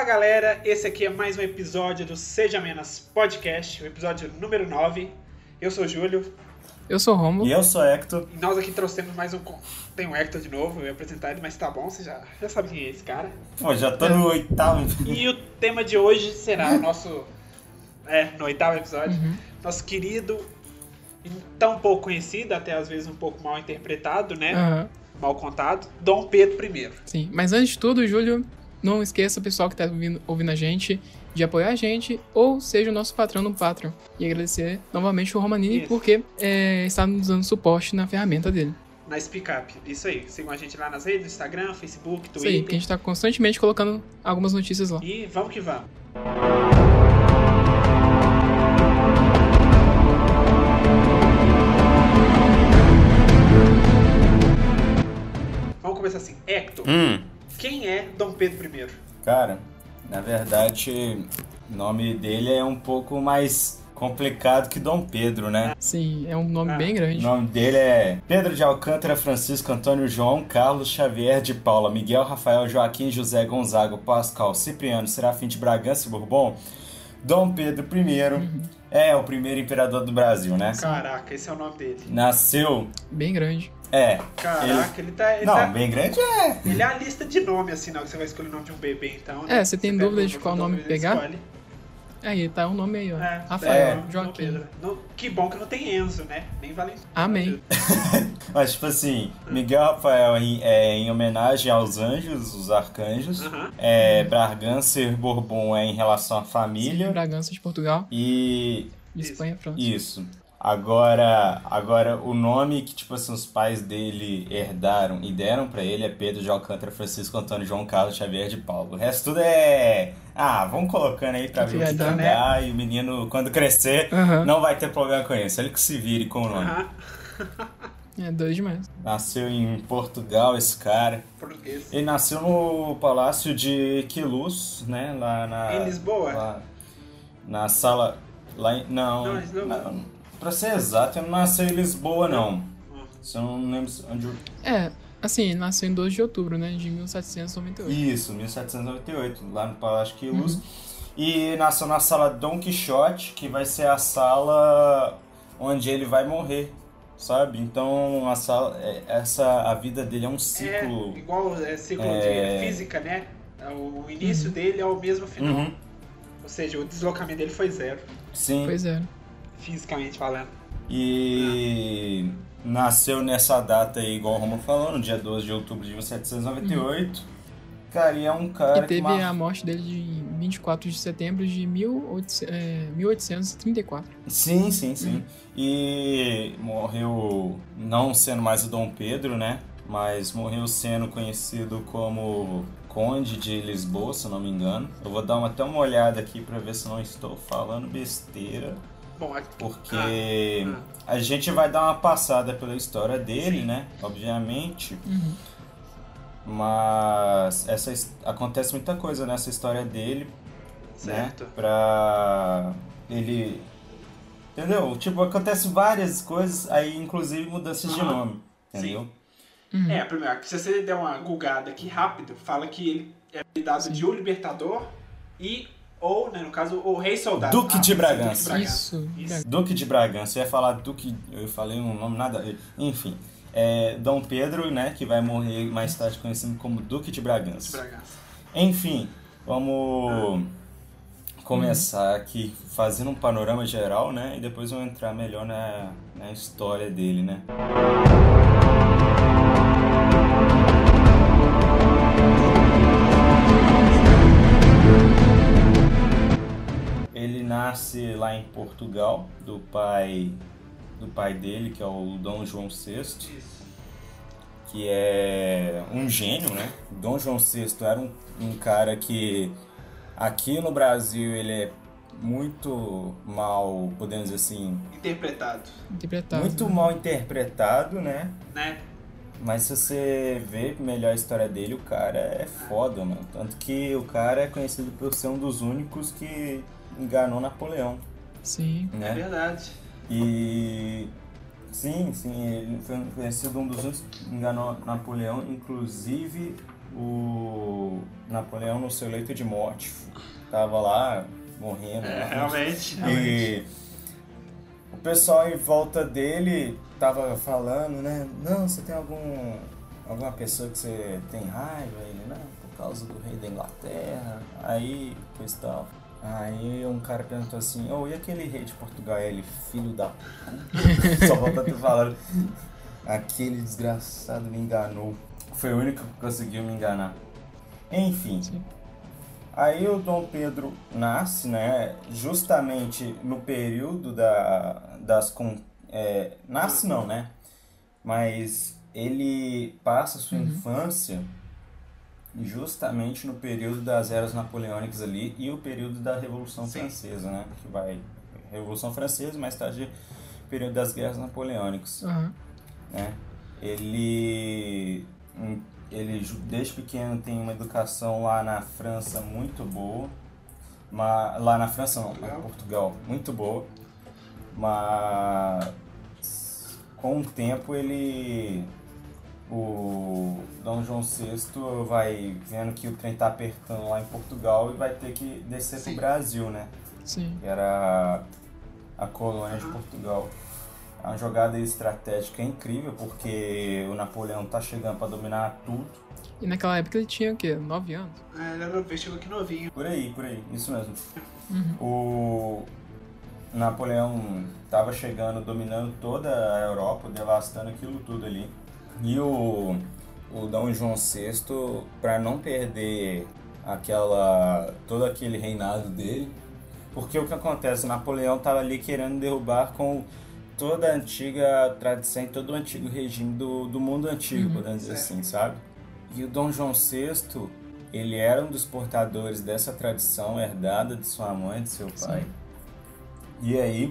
galera, esse aqui é mais um episódio do Seja Menos Podcast, o episódio número 9. Eu sou o Júlio. Eu sou o Romulo. E eu sou o Hector. E nós aqui trouxemos mais um... Tem o Hector de novo, eu ia apresentar ele, mas tá bom, você já sabe quem é esse cara. Pô, já tô no 8º. E o tema de hoje será o nosso... no 8º episódio. Nosso querido, tão pouco conhecido, até às vezes um pouco mal interpretado, né? Mal contado, Dom Pedro I. Sim, mas antes de tudo, Júlio, não esqueça, pessoal que tá ouvindo a gente, de apoiar a gente, ou seja o nosso patrão no Patreon. E agradecer novamente o Romanini porque está nos dando suporte na ferramenta dele. Na Speak Up, isso aí. Sigam a gente lá nas redes, no Instagram, Facebook, Twitter. Isso aí, que a gente tá constantemente colocando algumas notícias lá. E vamos que vamos. Vamos começar assim. Hector, quem é Dom Pedro I? Cara, na verdade, o nome dele é um pouco mais complicado que Dom Pedro, né? Sim, é um nome bem grande. O nome dele é Pedro de Alcântara, Francisco Antônio João, Carlos Xavier de Paula, Miguel Rafael Joaquim José Gonzaga Pascal Cipriano Serafim de Bragança e Bourbon. Dom Pedro I é o primeiro imperador do Brasil, né? Caraca, esse é o nome dele. Nasceu... Bem grande. Caraca, ele tá... bem grande é. Ele é a lista de nome, assim, não, que você vai escolher o nome de um bebê, então... Né? Você tem dúvida de qual nome pegar? Escolhe. Aí, tá o nome aí, ó. Rafael, Joaquim. Que bom que não tem Enzo, né? Nem Valentim. Amém. Mas, tipo assim, Miguel Rafael em homenagem aos anjos, os arcanjos. Bragança e Bourbon é em relação à família. Sim, Bragança de Portugal. E... De Espanha, França. Isso. Agora, o nome que, tipo assim, os pais dele herdaram e deram pra ele é Pedro de Alcântara, Francisco Antônio João Carlos Xavier de Paula. O resto tudo é... vamos colocando aí pra ver o que dá, né? E o menino, quando crescer, não vai ter problema com isso. Ele que se vire com o nome. É doido demais. Nasceu em Portugal, esse cara. Português. Ele nasceu no Palácio de Queluz, né? Lá na... Em Lisboa? Lá, na sala... Lá em... Não, pra ser exato, ele não nasceu em Lisboa, não. Se eu não lembro onde... Assim, nasceu em 12 de outubro, né? De 1798. Isso, 1798, lá no Palácio Queluz. E nasceu na sala Dom Quixote, que vai ser a sala onde ele vai morrer, sabe? Então, a vida dele é um ciclo... igual ciclo de física, né? O início dele é o mesmo final. Ou seja, o deslocamento dele foi zero. Sim. Foi zero. Fisicamente falando. E nasceu nessa data aí, igual o Romulo falou, no dia 12 de outubro de 1798. Cara, e é um cara que teve a morte dele de 24 de setembro de 1834. Sim. E morreu não sendo mais o Dom Pedro, né? Mas morreu sendo conhecido como Conde de Lisboa, se eu não me engano. Eu vou dar até uma olhada aqui pra ver se não estou falando besteira. Bom, porque a gente vai dar uma passada pela história dele, né? Obviamente. Mas acontece muita coisa nessa história dele, certo, né? Pra ele... Entendeu? Tipo, acontece várias coisas, aí inclusive mudanças de nome, entendeu? Primeiro, se você der uma googada aqui rápido, fala que ele é apelidado de O Libertador ou, né, no caso, o Rei Soldado. Duque de Bragança. Isso. Duque de Bragança. Eu ia falar Duque... Eu falei um nome nada a ver. Enfim. Dom Pedro, né? Que vai morrer mais tarde conhecido como Duque de Bragança. Enfim. Vamos começar aqui fazendo um panorama geral, né? E depois vamos entrar melhor na história dele, né? Ele nasce lá em Portugal, do pai dele, que é o Dom João VI, que é um gênio, né? Dom João VI era um cara que aqui no Brasil ele é muito mal, podemos dizer assim... Interpretado. Muito mal interpretado, né? Mas se você ver melhor a história dele, o cara é foda, mano. Tanto que o cara é conhecido por ser um dos únicos que enganou Napoleão. Sim. Né? É verdade. E... Sim, ele foi conhecido um dos únicos que enganou Napoleão. Inclusive, o Napoleão no seu leito de morte. Tava lá, morrendo. Realmente. E o pessoal em volta dele tava falando, né? Não, você tem alguma pessoa que você tem raiva? Ele, não, por causa do rei da Inglaterra. Aí, coisa e tal. Aí um cara perguntou assim, e aquele rei de Portugal? Ele, filho da puta. Só volta a ter falado. Aquele desgraçado me enganou. Foi o único que conseguiu me enganar. Enfim. Sim. Aí o Dom Pedro nasce, né? Justamente no período nasce não, né? Mas ele passa a sua infância justamente no período das eras napoleônicas ali e o período da Revolução Francesa, né? Que vai... Revolução Francesa, mais tarde período das guerras napoleônicas. Né? Ele desde pequeno tem uma educação lá na França muito boa, mas lá na França não, em Portugal, muito boa, mas com o tempo o Dom João VI vai vendo que o trem tá apertando lá em Portugal e vai ter que descer pro Brasil, né? Sim. Que era a colônia de Portugal. É uma jogada estratégica incrível, porque o Napoleão tá chegando para dominar tudo. E naquela época ele tinha o quê? 9 anos? Ele chegou aqui novinho. Por aí, isso mesmo. O Napoleão tava chegando, dominando toda a Europa, devastando aquilo tudo ali. E o Dom João VI, para não perder todo aquele reinado dele, porque o que acontece? Napoleão tava ali querendo derrubar com toda a antiga tradição e todo o antigo regime do mundo antigo, podemos dizer assim, sabe? E o Dom João VI, ele era um dos portadores dessa tradição herdada de sua mãe, de seu pai. Sim. E aí,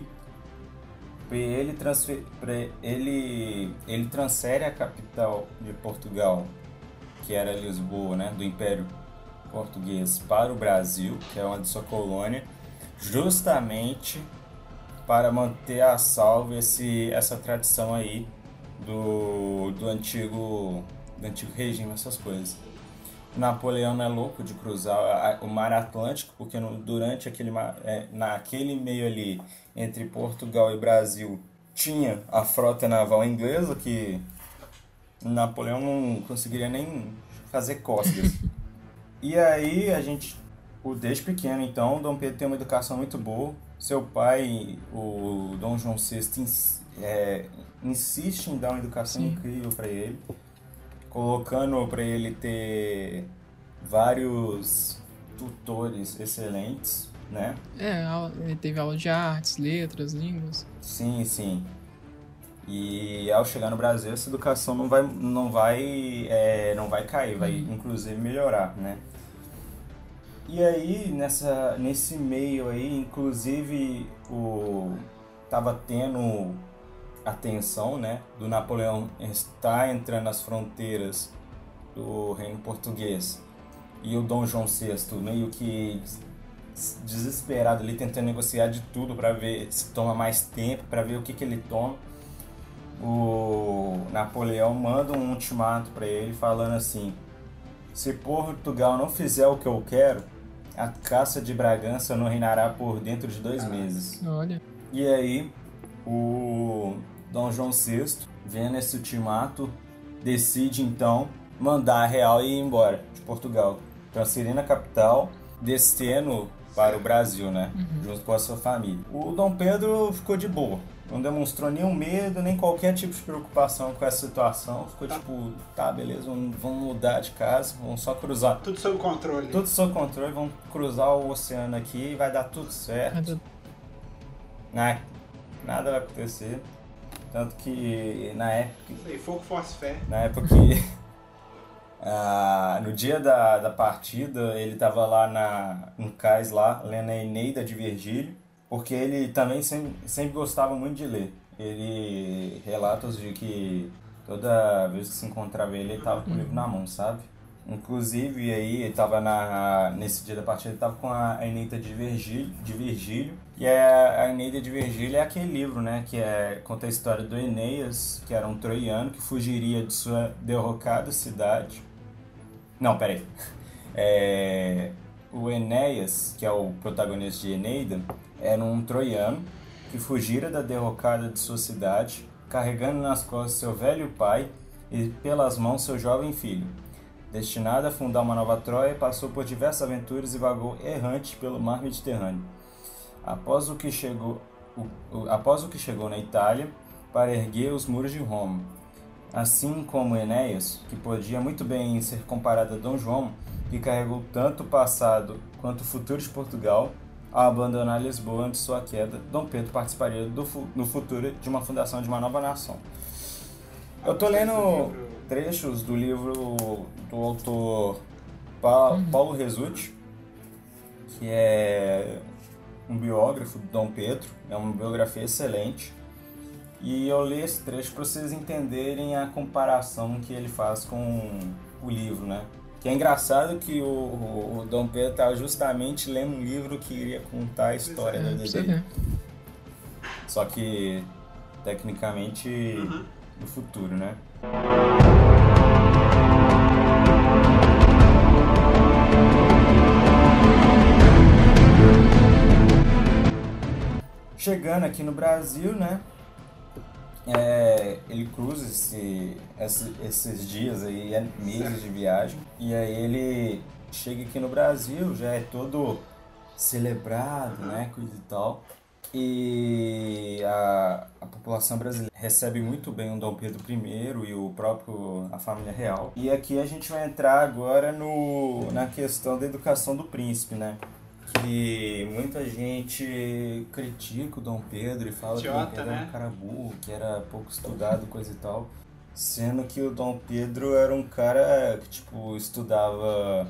ele transfere a capital de Portugal, que era Lisboa, né, do Império Português, para o Brasil, que é uma de sua colônia, justamente para manter a salvo essa tradição aí do antigo regime, essas coisas. Napoleão é louco de cruzar o Mar Atlântico, porque durante naquele meio ali, entre Portugal e Brasil, tinha a frota naval inglesa, que Napoleão não conseguiria nem fazer cócegas. E aí, desde pequeno, então, Dom Pedro tem uma educação muito boa. Seu pai, o Dom João VI, insiste em dar uma educação incrível para ele, colocando para ele ter vários tutores excelentes, né? Ele teve aula de artes, letras, línguas. Sim. E ao chegar no Brasil, essa educação não vai cair, vai inclusive melhorar, né? E aí, nesse meio aí, inclusive, tava tendo a tensão, né, do Napoleão estar entrando nas fronteiras do Reino Português e o Dom João VI meio que desesperado ali, tentando negociar de tudo para ver se toma mais tempo, para ver o que ele toma. O Napoleão manda um ultimato para ele falando assim: se Portugal não fizer o que eu quero, a Caça de Bragança não reinará por dentro de 2 meses. Olha. E aí, o Dom João VI, vendo esse ultimato, decide então mandar a real e ir embora de Portugal, transferindo a capital, descendo para o Brasil, né? Junto com a sua família. O Dom Pedro ficou de boa. Não demonstrou nenhum medo, nem qualquer tipo de preocupação com essa situação. Ficou tipo, tá, beleza, vamos mudar de casa, vamos só cruzar. Tudo sob controle. Tudo sob controle, vamos cruzar o oceano aqui e vai dar tudo certo. Nada vai acontecer. Tanto que na época... Fogo, força, fé. Na época que... no dia da partida, ele tava lá no cais lá, lendo a Eneida de Virgílio. Porque ele também sempre gostava muito de ler. Ele relatos de que toda vez que se encontrava ele tava com o livro na mão, sabe? Inclusive, aí, ele tava nesse dia da partida, ele tava com a Eneida de Virgílio. E a Eneida de Virgílio é aquele livro, né? Que conta a história do Enéas, que era um troiano que fugiria de sua derrocada cidade Não, peraí. O Enéas, que é o protagonista de Eneida, era um troiano que fugira da derrocada de sua cidade, carregando nas costas seu velho pai e pelas mãos seu jovem filho. Destinado a fundar uma nova Troia, passou por diversas aventuras e vagou errante pelo mar Mediterrâneo. Após o que chegou na Itália para erguer os muros de Roma. Assim como Enéas, que podia muito bem ser comparado a Dom João, que carregou tanto o passado quanto o futuro de Portugal, ao abandonar Lisboa antes de sua queda, Dom Pedro participaria no futuro de uma fundação de uma nova nação. Eu estou lendo trechos do livro do autor Paulo Resutti, que é um biógrafo de Dom Pedro, é uma biografia excelente. E eu li esse trecho para vocês entenderem a comparação que ele faz com o livro, né? Que é engraçado que o Dom Pedro estava justamente lendo um livro que iria contar a história da vida dele. Só que, tecnicamente, no futuro, né? Chegando aqui no Brasil, né? Ele cruza esses dias aí, meses de viagem, e aí ele chega aqui no Brasil, já é todo celebrado, né, coisa e tal, e a população brasileira recebe muito bem o Dom Pedro I e a família real. E aqui a gente vai entrar agora na questão da educação do príncipe, né? Que muita gente critica o Dom Pedro e fala que o Dom Pedro era um cara burro, que era pouco estudado, coisa e tal. Sendo que o Dom Pedro era um cara que, tipo, estudava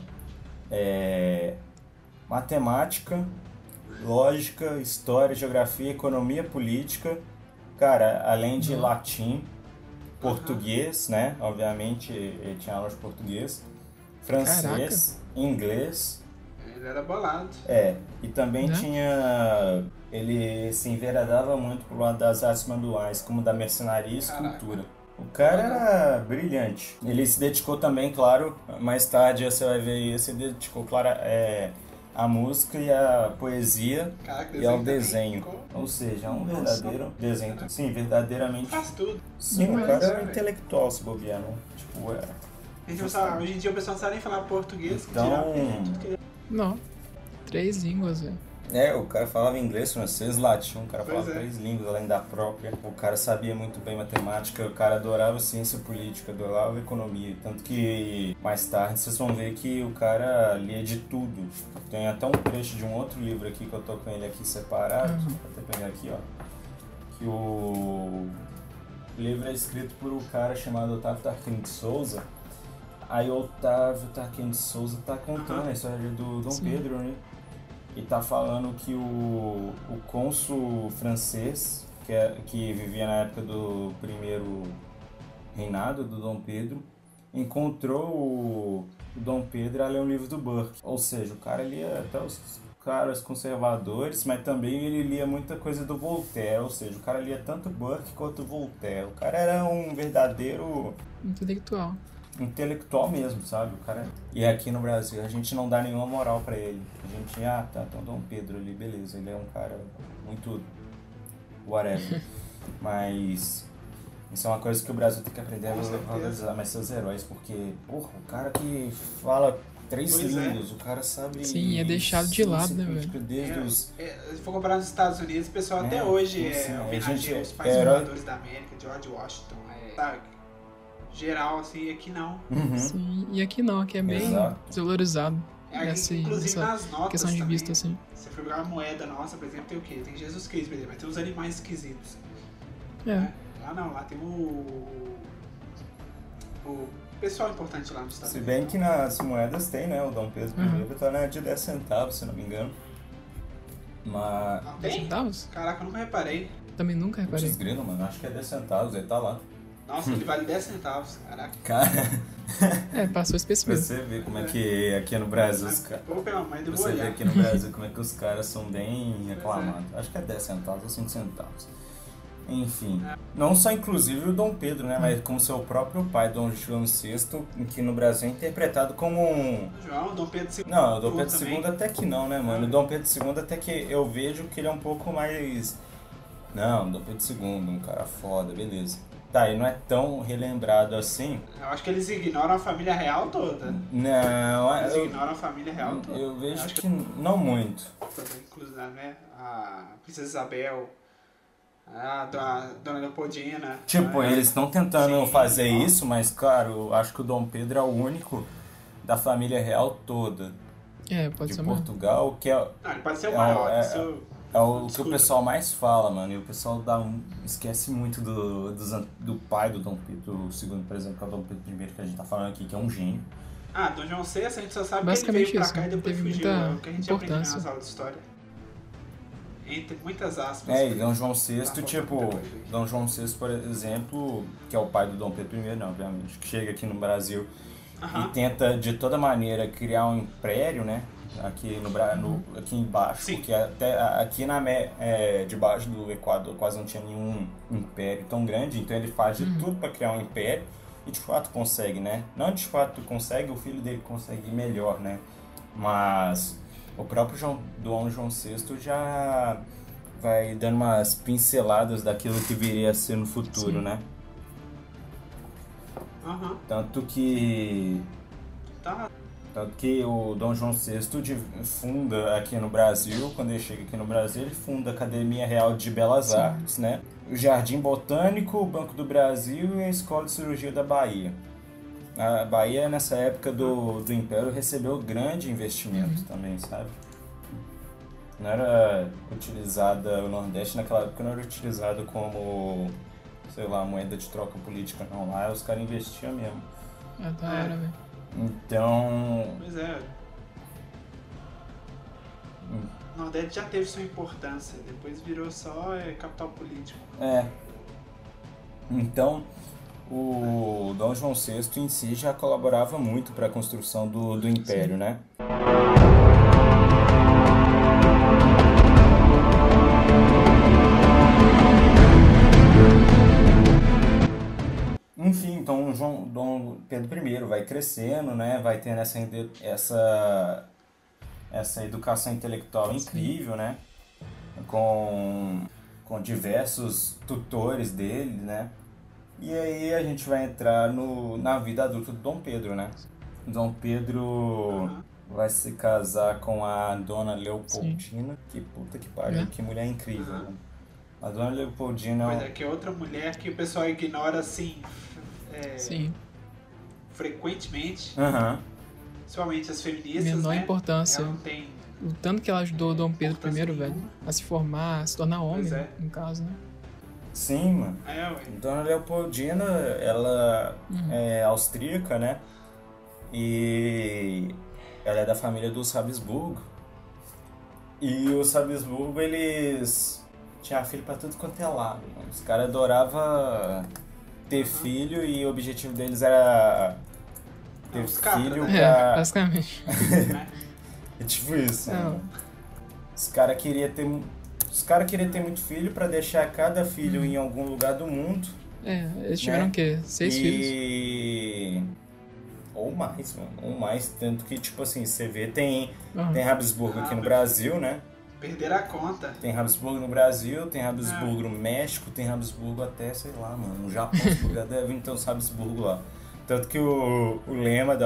matemática, lógica, história, geografia, economia, política. Cara, além de latim, português, né? Obviamente, ele tinha aula de português, francês, inglês. Ele era bolado. E também tinha... Ele se enveredava muito pro lado das artes manuais, como da mercenaria e escultura. O cara era brilhante. Ele se dedicou também, claro, mais tarde você vai ver isso, se dedicou, claro, à música e à poesia e ao desenho. Ou seja, um verdadeiro desenho. Sim, verdadeiramente. Faz tudo. Sim, o cara era intelectual, se bobear, não? Tipo, hoje em dia o pessoal não sabe nem falar português, então... Não, 3 línguas, velho. O cara falava inglês, francês, latim, o cara falava 3 línguas além da própria. O cara sabia muito bem matemática, o cara adorava ciência política, adorava economia. Tanto que mais tarde vocês vão ver que o cara lia de tudo. Tem até um trecho de um outro livro aqui que eu tô com ele aqui separado. Vou até pegar aqui, ó. Que o livro é escrito por um cara chamado Otávio Tarquínio de Souza. Aí o Otávio Tarquínio de Souza tá contando a história do Dom Pedro, né? E tá falando que o cônsul francês, que vivia na época do primeiro reinado do Dom Pedro, encontrou o Dom Pedro a ler um livro do Burke. Ou seja, o cara lia até os caras conservadores, mas também ele lia muita coisa do Voltaire. Ou seja, o cara lia tanto Burke quanto Voltaire. O cara era um verdadeiro... intelectual mesmo, sabe? O cara... E aqui no Brasil a gente não dá nenhuma moral pra ele. A gente, então Dom Pedro ali, beleza, ele é um cara muito whatever. Mas isso é uma coisa que o Brasil tem que aprender a valorizar mais seus heróis, porque, porra, o cara que fala 3 línguas, o cara sabe... Sim, é deixado de lado, né, velho? Desde os... Se for comparar nos Estados Unidos, o pessoal até hoje homenageia os pais fundadores da América, George Washington, sabe? Geral, assim, aqui não. Sim, e aqui não, aqui é bem desvalorizado. Inclusive nas notas questão de também, vista, assim. Se for pegar uma moeda nossa, por exemplo, tem o quê? Tem Jesus Cristo, por exemplo, mas tem uns animais esquisitos. Lá não, lá tem o pessoal importante lá nos Estados Unidos. Se bem que nas moedas tem, né? O Dom Pedro I tá na de 10 centavos, se não me engano. Mas... Não tem? Centavos? Caraca, eu nunca reparei. Também nunca reparei. Desgrilo, mano, acho que é 10 centavos, ele tá lá. Nossa, ele vale 10 centavos, caraca. Cara... passou específico. Você vê como é que aqui no Brasil os caras... Você vê aqui no Brasil como é que os caras são bem reclamados. Acho que é 10 centavos ou 5 centavos. Enfim, não só inclusive o Dom Pedro, né, mas como seu próprio pai, Dom João VI, que no Brasil é interpretado como um... Dom Pedro II. Não, o Dom Pedro II até que não, né, mano? O Dom Pedro II até que eu vejo que ele é um pouco mais... Não, Dom Pedro II, um cara foda, beleza. Tá, ele não é tão relembrado assim. Eu acho que eles ignoram a família real toda. Não, eles ignoram a família real toda. Eu vejo que não muito. Inclusive, né, a Princesa Isabel... a Dona Leopoldina. Tipo, eles estão tentando fazer ó. isso, mas, claro, eu acho que o Dom Pedro é o único da família real toda. Pode de ser Portugal, que é... Não, ele pode ser o maior. É o que o pessoal mais fala, mano. E o pessoal esquece muito do pai do Dom Pedro II, por exemplo, que é o Dom Pedro I, que a gente tá falando aqui, que é um gênio. Dom João VI, a gente só sabe que ele veio pra cá e depois fugiu. É o que a gente aprende nas aulas de história. Entre muitas aspas. E Dom João VI, tipo... Dom João VI, por exemplo, que é o pai do Dom Pedro I, né, obviamente, que chega aqui no Brasil e tenta, de toda maneira, criar um império, né? Aqui aqui embaixo, Sim. porque até aqui debaixo do Equador quase não tinha nenhum império tão grande, então ele faz de tudo para criar um império e de fato consegue, né? Não de fato consegue, o filho dele consegue melhor, né? Mas o próprio Dom João VI já vai dando umas pinceladas daquilo que viria a ser no futuro, né? Tanto que o Dom João VI funda aqui no Brasil, quando ele chega aqui no Brasil, ele funda a Academia Real de Belas Artes, né? O Jardim Botânico, o Banco do Brasil e a Escola de Cirurgia da Bahia. A Bahia, nessa época do Império, recebeu grande investimento também, sabe? Não era utilizada, o Nordeste naquela época não era utilizado como, sei lá, moeda de troca política, não. Lá os caras investiam mesmo. É da hora, velho. Então... Pois é. O Nordeste já teve sua importância, depois virou só capital político. Então, o Dom João VI em si já colaborava muito para a construção do Império, né? Enfim, então Dom Pedro I vai crescendo, né? Vai tendo essa educação intelectual incrível, né? Com diversos tutores dele, né? E aí a gente vai entrar na vida adulta do Dom Pedro, né? Dom Pedro vai se casar com a Dona Leopoldina. Que puta que pariu, que mulher incrível, né? A Dona Leopoldina... Pois é, que é outra mulher que o pessoal ignora, assim... frequentemente. Principalmente as feministas, menor né? importância. Ela não tem... O tanto que ela ajudou o Dom Pedro I, velho, a se formar, a se tornar homem, no caso, né? Sim, mano. Dona Leopoldina, ela é austríaca, né? E ela é da família dos Habsburgo. E os Habsburgo, eles tinham filho pra tudo quanto é lado, mano. Os caras adoravam ter filho e o objetivo deles era ter filho pra... basicamente. É tipo isso, mano. Os caras queriam ter muito filho pra deixar cada filho em algum lugar do mundo. Eles tiveram o quê? 6 filhos? Ou mais, mano. Ou mais. Tanto que, tipo assim, você vê, tem Habsburgo aqui no Brasil, né? Perderam a conta. Tem Habsburgo no Brasil, tem Habsburgo no México, tem Habsburgo até, sei lá, mano. No Japão, já devem ter os Habsburgo lá. Tanto que o lema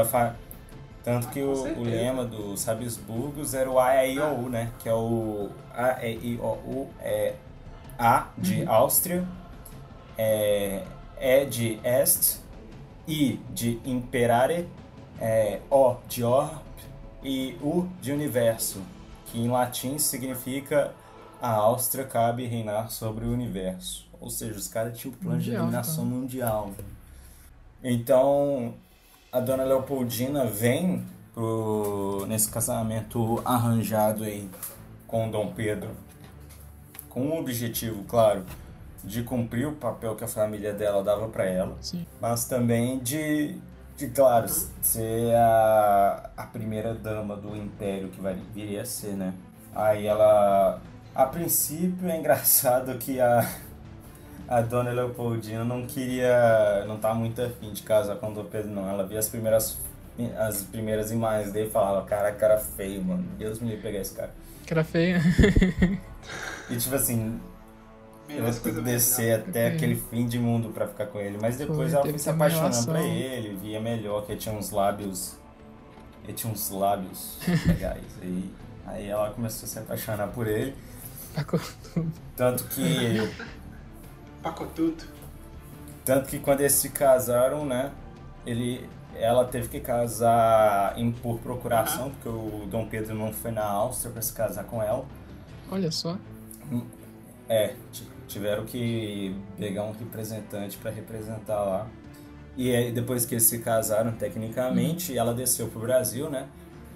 o lema dos Habsburgos era o A-E-I-O-U, né? Que é o A-E-I-O-U, é A de Áustria, E de Est, I de Imperare, O de Orb e U de Universo, que em latim significa a Áustria cabe reinar sobre o universo. Ou seja, os caras tinham um plano de dominação mundial. Então, a Dona Leopoldina vem nesse casamento arranjado aí com o Dom Pedro, com o objetivo, claro, de cumprir o papel que a família dela dava para ela, mas também de claro, ser a primeira dama do império que viria a ser, né? Aí ela, a princípio, é engraçado que a dona Leopoldina não queria, não tá muito afim de casar com o Dom Pedro, não. Ela via as primeiras imagens dele e falava, cara feio, mano. Deus me livre pegar esse cara. Cara feio. E tipo assim, eu vou ter que descer até aquele fim de mundo pra ficar com ele. Mas depois ela foi se apaixonando pra ele, via melhor que ele tinha uns lábios. Ele tinha uns lábios legais. Aí ela começou a se apaixonar por ele. Tanto que. Pacotudo. Tanto que quando eles se casaram, né? Ela teve que casar por procuração, porque o Dom Pedro não foi na Áustria pra se casar com ela. Olha só. Tiveram que pegar um representante pra representar lá. E aí, depois que eles se casaram, tecnicamente, ela desceu pro Brasil, né?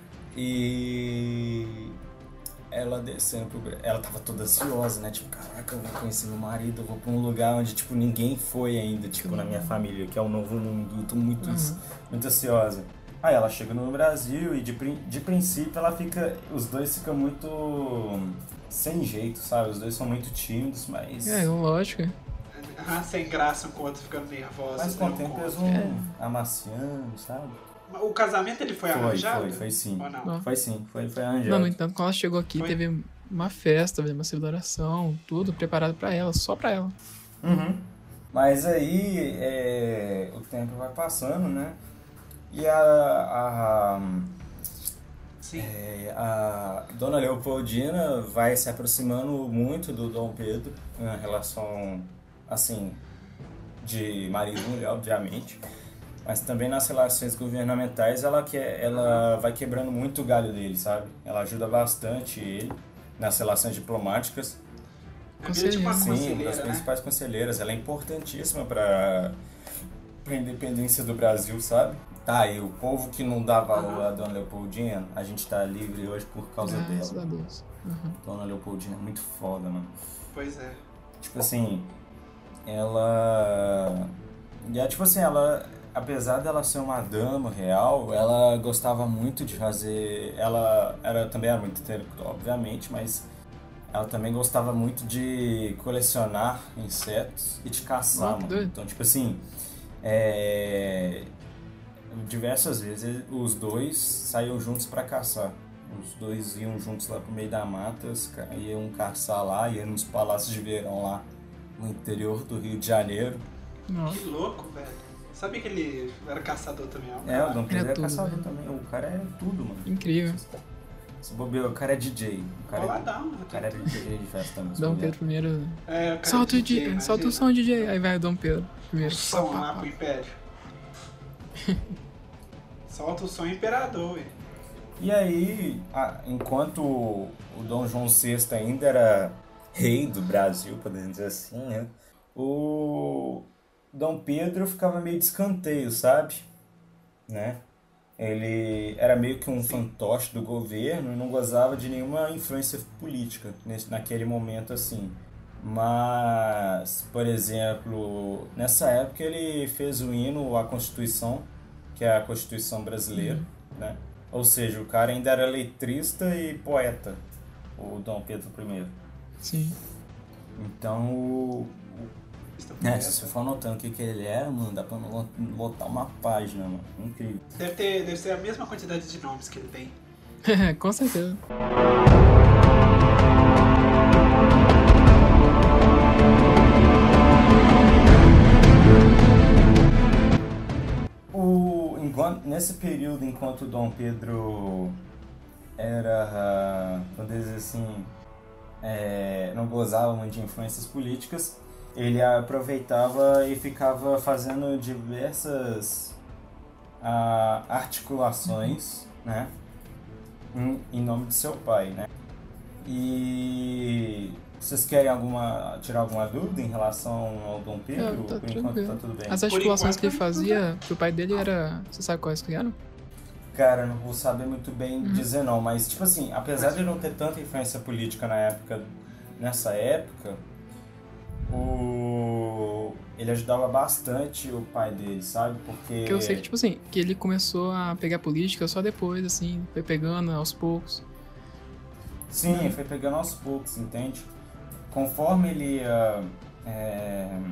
E ela descendo pro Brasil, ela tava toda ansiosa, né? Tipo, caraca, eu vou conhecer meu marido, eu vou pra um lugar onde, tipo, ninguém foi ainda, tipo, na minha família, que é o novo mundo. Eu tô muito ansiosa. Aí ela chega no Brasil e de princípio os dois ficam muito sem jeito, sabe? Os dois são muito tímidos, mas... lógico. Sem graça, um com o outro ficando nervoso. Mas com o tempo eles vão amaciando, sabe? O casamento ele foi arranjado? Foi sim. Ou não? Foi sim, foi arranjado. Não, no entanto, quando ela chegou aqui, teve uma festa, uma celebração, tudo preparado pra ela, só pra ela. Uhum. Mas aí, o tempo vai passando, né? E a Dona Leopoldina vai se aproximando muito do Dom Pedro, em relação, assim, de marido e mulher, obviamente. Mas também nas relações governamentais ela vai quebrando muito o galho dele, sabe? Ela ajuda bastante ele nas relações diplomáticas. Sim, uma das principais conselheiras. Ela é importantíssima para a independência do Brasil, sabe? Tá, e o povo que não dá valor à Dona Leopoldina, a gente tá livre hoje por causa dela. Graças a Deus. Dona Leopoldina é muito foda, mano. Pois é. Tipo assim, ela... tipo assim, ela... Apesar dela ser uma dama real, ela gostava muito de fazer... Ela também era muito intelectual, obviamente, mas ela também gostava muito de colecionar insetos e de caçar, mano. Então, tipo assim, diversas vezes os dois saíam juntos pra caçar. Os dois iam juntos lá pro meio da mata, iam caçar lá, iam nos palácios de verão lá no interior do Rio de Janeiro. Nossa. Que louco, velho. Sabia que ele era caçador também? O Dom Pedro é caçador também. O cara é tudo, mano. Incrível. Se bobear, o cara é DJ. O cara é DJ de festa também. Dom Pedro primeiro. Solta solta o som, DJ. Aí vai o Dom Pedro primeiro. O som lá pro Império. Solta o som imperador, ué. E aí, enquanto o Dom João VI ainda era rei do Brasil, podemos dizer assim, né? O Dom Pedro ficava meio de escanteio, sabe? Né? Ele era meio que um fantoche do governo e não gozava de nenhuma influência política naquele momento, assim. Mas, por exemplo, nessa época ele fez o hino à Constituição, que é a Constituição brasileira, né? Ou seja, o cara ainda era letrista e poeta, o Dom Pedro I. Sim. Então, se você for anotando o que ele era, mano, dá pra botar uma página, mano. Incrível. Deve ser a mesma quantidade de nomes que ele tem. Com certeza. Nesse período, enquanto o Dom Pedro era, vamos dizer assim, não gozava muito de influências políticas, ele aproveitava e ficava fazendo diversas articulações, né, em nome do seu pai, né. E vocês querem tirar alguma dúvida em relação ao Dom Pedro? Não, tá por enquanto tá tudo bem. As articulações que ele fazia, que o pai dele era... Você sabe quais que eram? Cara, eu não vou saber muito bem dizer não, mas tipo assim, apesar de não ter tanta influência política nessa época, ele ajudava bastante o pai dele, sabe? Porque eu sei que, tipo assim, que ele começou a pegar política só depois, assim, foi pegando aos poucos. Sim, foi pegando aos poucos, entende? Conforme ele ia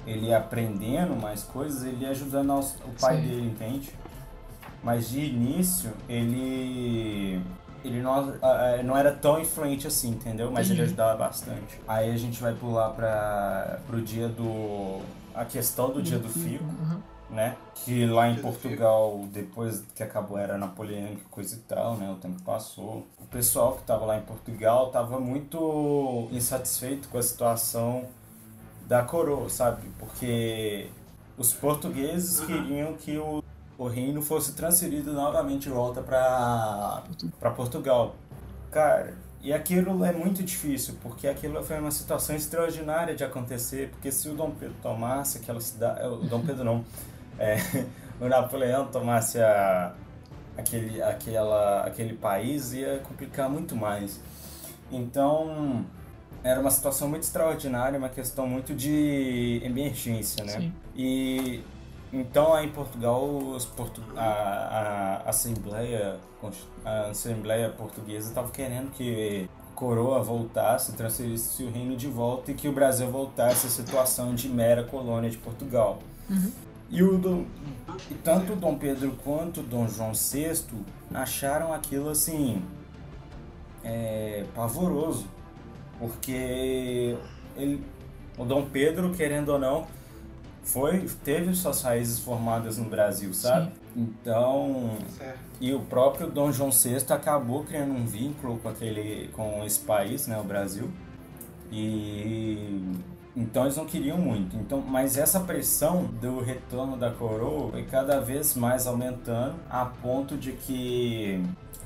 ele aprendendo mais coisas, ele ia ajudando o pai dele, entende? Mas de início, ele não era tão influente assim, entendeu? Mas ele ajudava bastante. Aí a gente vai pular pro dia a questão do dia do fico, né? Que lá em Portugal, depois que acabou a era napoleônica, coisa e tal, né? O tempo passou. O pessoal que estava lá em Portugal estava muito insatisfeito com a situação da coroa, sabe? Porque os portugueses queriam que o reino fosse transferido novamente de volta para Portugal. Cara, e aquilo é muito difícil, porque aquilo foi uma situação extraordinária de acontecer, porque se o Dom Pedro tomasse aquela cidade... O Dom Pedro não... o Napoleão tomasse aquele país, ia complicar muito mais. Então, era uma situação muito extraordinária, uma questão muito de emergência, né? Sim. E então, lá em Portugal, a Assembleia Portuguesa estava querendo que a coroa voltasse, transferisse o reino de volta e que o Brasil voltasse à situação de mera colônia de Portugal. E tanto o Dom Pedro quanto o Dom João VI acharam aquilo assim pavoroso, porque o Dom Pedro, querendo ou não, teve suas raízes formadas no Brasil, sabe? Sim. Então, e o próprio Dom João VI acabou criando um vínculo com esse país, né, o Brasil. E então eles não queriam muito. Então, mas essa pressão do retorno da coroa foi cada vez mais aumentando, a ponto de que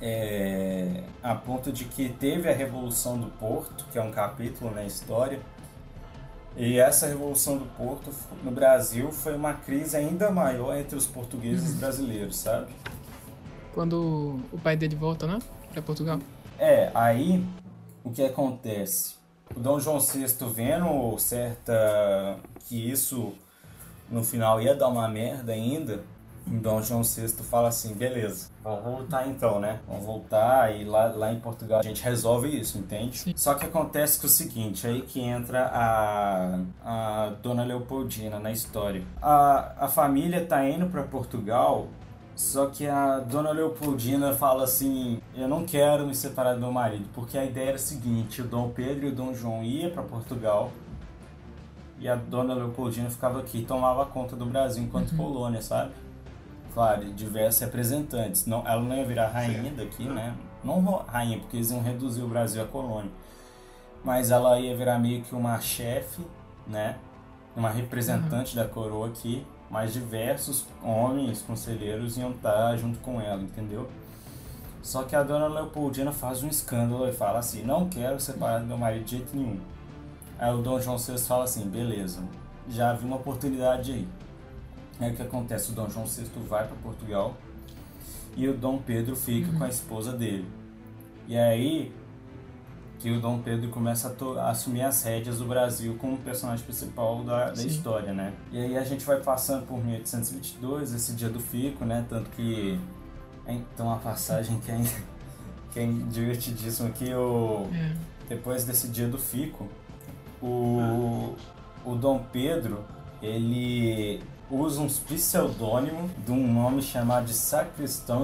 teve a Revolução do Porto, que é um capítulo na história. E essa Revolução do Porto no Brasil foi uma crise ainda maior entre os portugueses e brasileiros, sabe? Quando o pai dele volta, né? Pra Portugal. Aí o que acontece? O Dom João VI vendo que isso no final ia dar uma merda ainda, o Dom João VI fala assim, beleza, vamos voltar então, né? Vamos voltar e lá em Portugal a gente resolve isso, entende? Sim. Só que acontece que o seguinte, aí que entra a Dona Leopoldina na história. A família tá indo para Portugal, só que a Dona Leopoldina fala assim, eu não quero me separar do meu marido, porque a ideia era a seguinte, o Dom Pedro e o Dom João iam para Portugal e a Dona Leopoldina ficava aqui e tomava conta do Brasil enquanto colônia, sabe? Claro, diversos representantes. Não, ela não ia virar rainha daqui, né? Não rainha, porque eles iam reduzir o Brasil à colônia. Mas ela ia virar meio que uma chefe, né? Uma representante da coroa aqui. Mas diversos homens, conselheiros, iam estar junto com ela, entendeu? Só que a Dona Leopoldina faz um escândalo e fala assim, não quero separar do meu marido de jeito nenhum. Aí o Dom João VI fala assim, beleza, já vi uma oportunidade aí. Aí o que acontece? O Dom João VI vai para Portugal e o Dom Pedro fica com a esposa dele. E aí que o Dom Pedro começa a assumir as rédeas do Brasil como personagem principal da história, né? E aí a gente vai passando por 1822, esse dia do fico, né? Tanto que tem uma passagem que é divertidíssima, que depois desse dia do fico, o Dom Pedro, ele usa um pseudônimo de um nome chamado de sacristão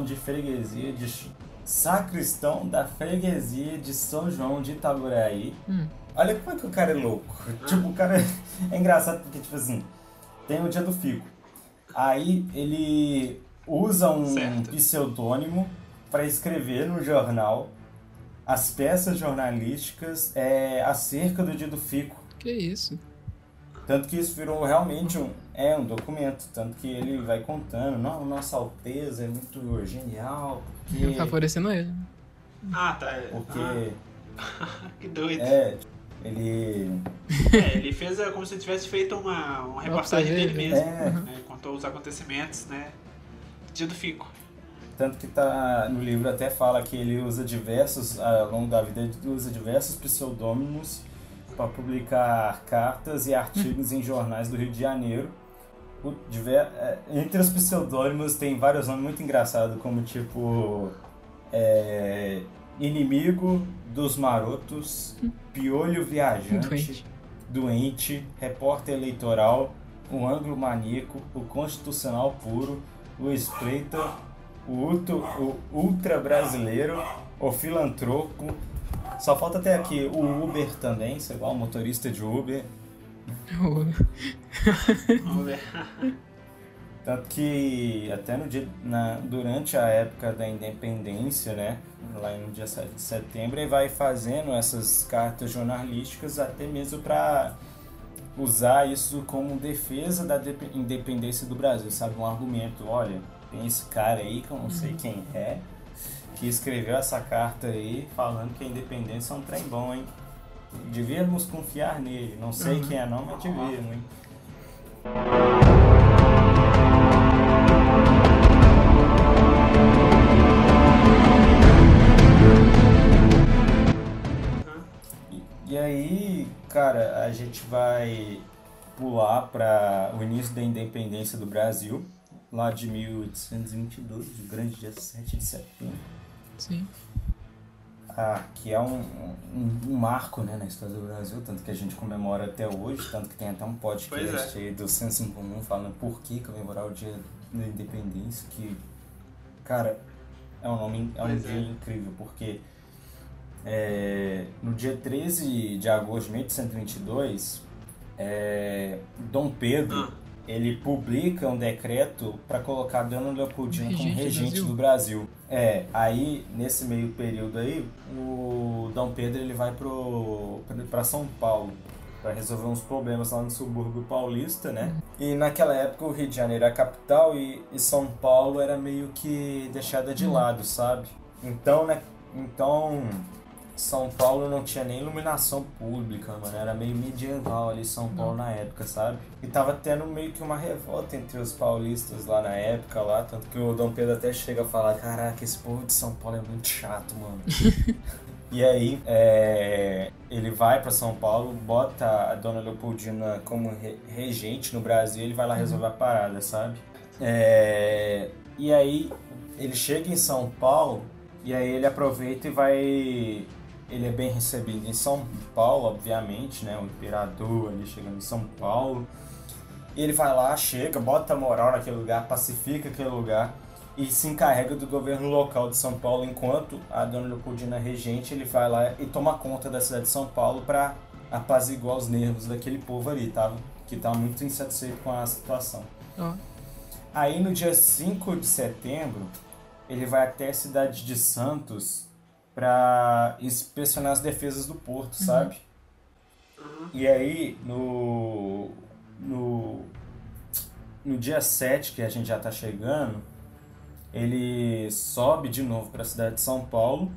da freguesia de São João de Itaboraí. Olha como é que o cara é louco. Tipo, o cara é engraçado porque, tipo assim, tem o dia do fico. Aí ele usa um pseudônimo para escrever no jornal as peças jornalísticas acerca do dia do fico. Que isso? Tanto que isso virou realmente um documento. Tanto que ele vai contando, não, Nossa Alteza é muito genial. Porque... favorecendo ele. Ah, tá. Porque... que doido. Ele fez como se tivesse feito uma reportagem dele mesmo. Né? Contou os acontecimentos, né? Dia do fico. Tanto que tá no livro até fala que ele usa ao longo da vida, ele usa diversos pseudônimos para publicar cartas e artigos em jornais do Rio de Janeiro. Entre os pseudônimos tem vários nomes muito engraçados, como tipo Inimigo dos Marotos, Piolho Viajante, Doente, Repórter Eleitoral, o anglo-maníaco, o constitucional puro, o espreita, o ultra-brasileiro, o filantropo. Só falta até aqui o Uber também, sei lá, o motorista de Uber. Uber. Tanto que até durante a época da independência, né, lá no dia 7 de setembro, ele vai fazendo essas cartas jornalísticas até mesmo para usar isso como defesa da independência do Brasil, sabe? Um argumento, olha, tem esse cara aí que eu não sei quem é, que escreveu essa carta aí falando que a independência é um trem bom, hein? Devíamos confiar nele, não sei quem é não, mas devíamos, hein? E aí, cara, a gente vai pular para o início da independência do Brasil, lá de 1822, o grande dia 7 de setembro. Sim. Que é um marco, né, na história do Brasil, tanto que a gente comemora até hoje, tanto que tem até um podcast aí do Senso em Comum falando por que comemorar o dia da independência, que, cara, é um dia incrível, porque no dia 13 de agosto de 1822, Dom Pedro, ele publica um decreto para colocar Dona Leopoldina como regente do Brasil. Aí, nesse meio período aí, o Dom Pedro ele vai para São Paulo para resolver uns problemas lá no subúrbio paulista, né? E naquela época o Rio de Janeiro era a capital e São Paulo era meio que deixada de lado, sabe? Então, né? São Paulo não tinha nem iluminação pública, mano. Era meio medieval ali São Paulo na época, sabe? E tava tendo meio que uma revolta entre os paulistas lá na época, lá. Tanto que o Dom Pedro até chega a falar, caraca, esse povo de São Paulo é muito chato, mano. E aí, ele vai pra São Paulo, bota a Dona Leopoldina como regente no Brasil, ele vai lá resolver a parada, sabe? E aí, ele chega em São Paulo, e aí ele aproveita e vai... Ele é bem recebido em São Paulo, obviamente, né? O imperador ali chegando em São Paulo. E ele vai lá, chega, bota moral naquele lugar, pacifica aquele lugar e se encarrega do governo local de São Paulo. Enquanto a Dona Leopoldina é regente, ele vai lá e toma conta da cidade de São Paulo para apaziguar os nervos daquele povo ali, tá? Que tá muito insatisfeito com a situação. Aí no dia 5 de setembro, ele vai até a cidade de Santos para inspecionar as defesas do porto, sabe? E aí, no dia 7, que a gente já tá chegando, ele sobe de novo para a cidade de São Paulo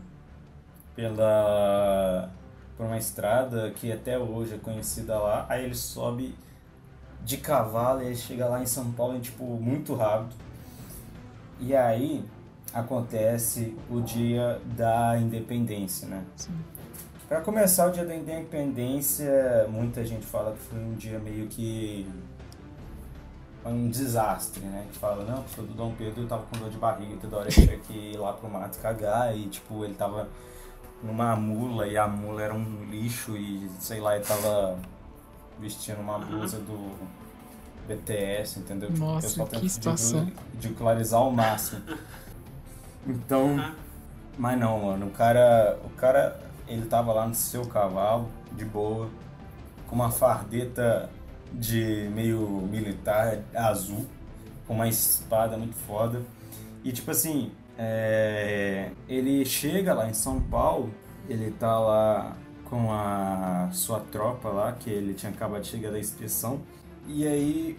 por uma estrada que até hoje é conhecida lá. Aí ele sobe de cavalo e ele chega lá em São Paulo em, tipo, muito rápido. E aí acontece o dia da independência, né? Sim. Para começar o dia da independência, muita gente fala que foi um dia meio que um desastre, né? Que fala, não, porque o Dom Pedro tava com dor de barriga, toda hora ele tinha que ir lá pro mato cagar e, tipo, ele tava numa mula e a mula era um lixo e, sei lá, ele tava vestindo uma blusa do BTS, entendeu? Nossa, que situação. Ridicularizar ao máximo. Então, mas não, mano, o cara, ele tava lá no seu cavalo, de boa, com uma fardeta de meio militar azul, com uma espada muito foda. E tipo assim, ele chega lá em São Paulo, ele tá lá com a sua tropa lá, que ele tinha acabado de chegar da inspeção. E aí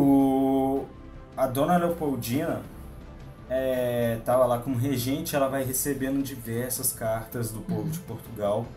a Dona Leopoldina tava lá como regente, ela vai recebendo diversas cartas do povo de Portugal,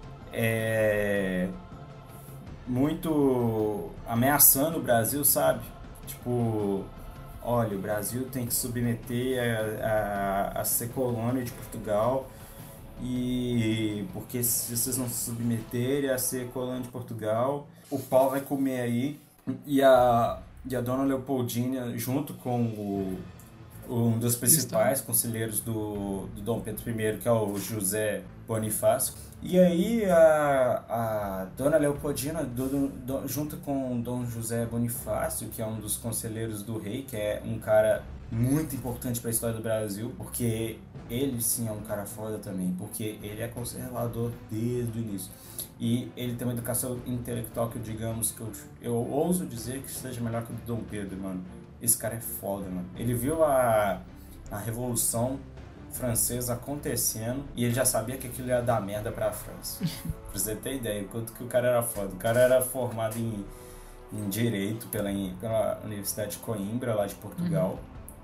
muito ameaçando o Brasil, sabe? Tipo, olha, o Brasil tem que submeter a ser colônia de Portugal, e porque se vocês não se submeterem a ser colônia de Portugal, o pau vai comer aí. E a Dona Leopoldina, junto com um dos principais conselheiros do Dom Pedro I, que é o José Bonifácio. E aí a Dona Leopoldina, junto com o Dom José Bonifácio, que é um dos conselheiros do rei, que é um cara muito importante para a história do Brasil, porque ele sim é um cara foda também, porque ele é conservador desde o início. E ele tem uma educação intelectual que, digamos, que eu ouso dizer que seja melhor que o do Dom Pedro, mano. Esse cara é foda, mano. Ele viu a Revolução Francesa acontecendo e ele já sabia que aquilo ia dar merda pra França. Pra você ter ideia, quanto que o cara era foda. O cara era formado em Direito pela Universidade de Coimbra, lá de Portugal.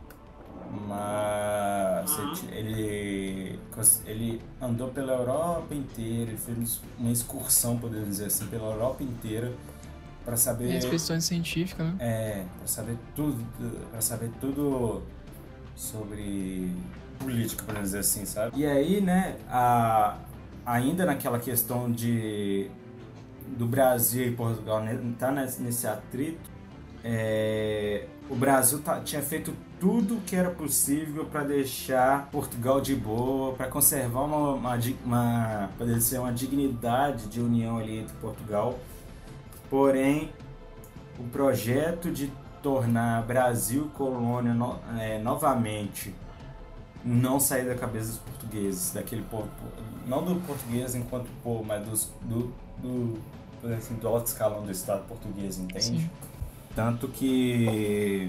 Mas ele andou pela Europa inteira, ele fez uma excursão, podemos dizer assim, pela Europa inteira para saber... Expedições científicas, né? Para saber tudo sobre política, podemos dizer assim, sabe? E aí, né, ainda naquela questão do Brasil e Portugal, né, tá nesse atrito, o Brasil tinha feito tudo que era possível para deixar Portugal de boa, para conservar uma dignidade de união ali entre Portugal. Porém, o projeto de tornar Brasil colônia novamente não sair da cabeça dos portugueses, daquele povo, não do português enquanto povo, mas do alto escalão do Estado português, entende? Sim. Tanto que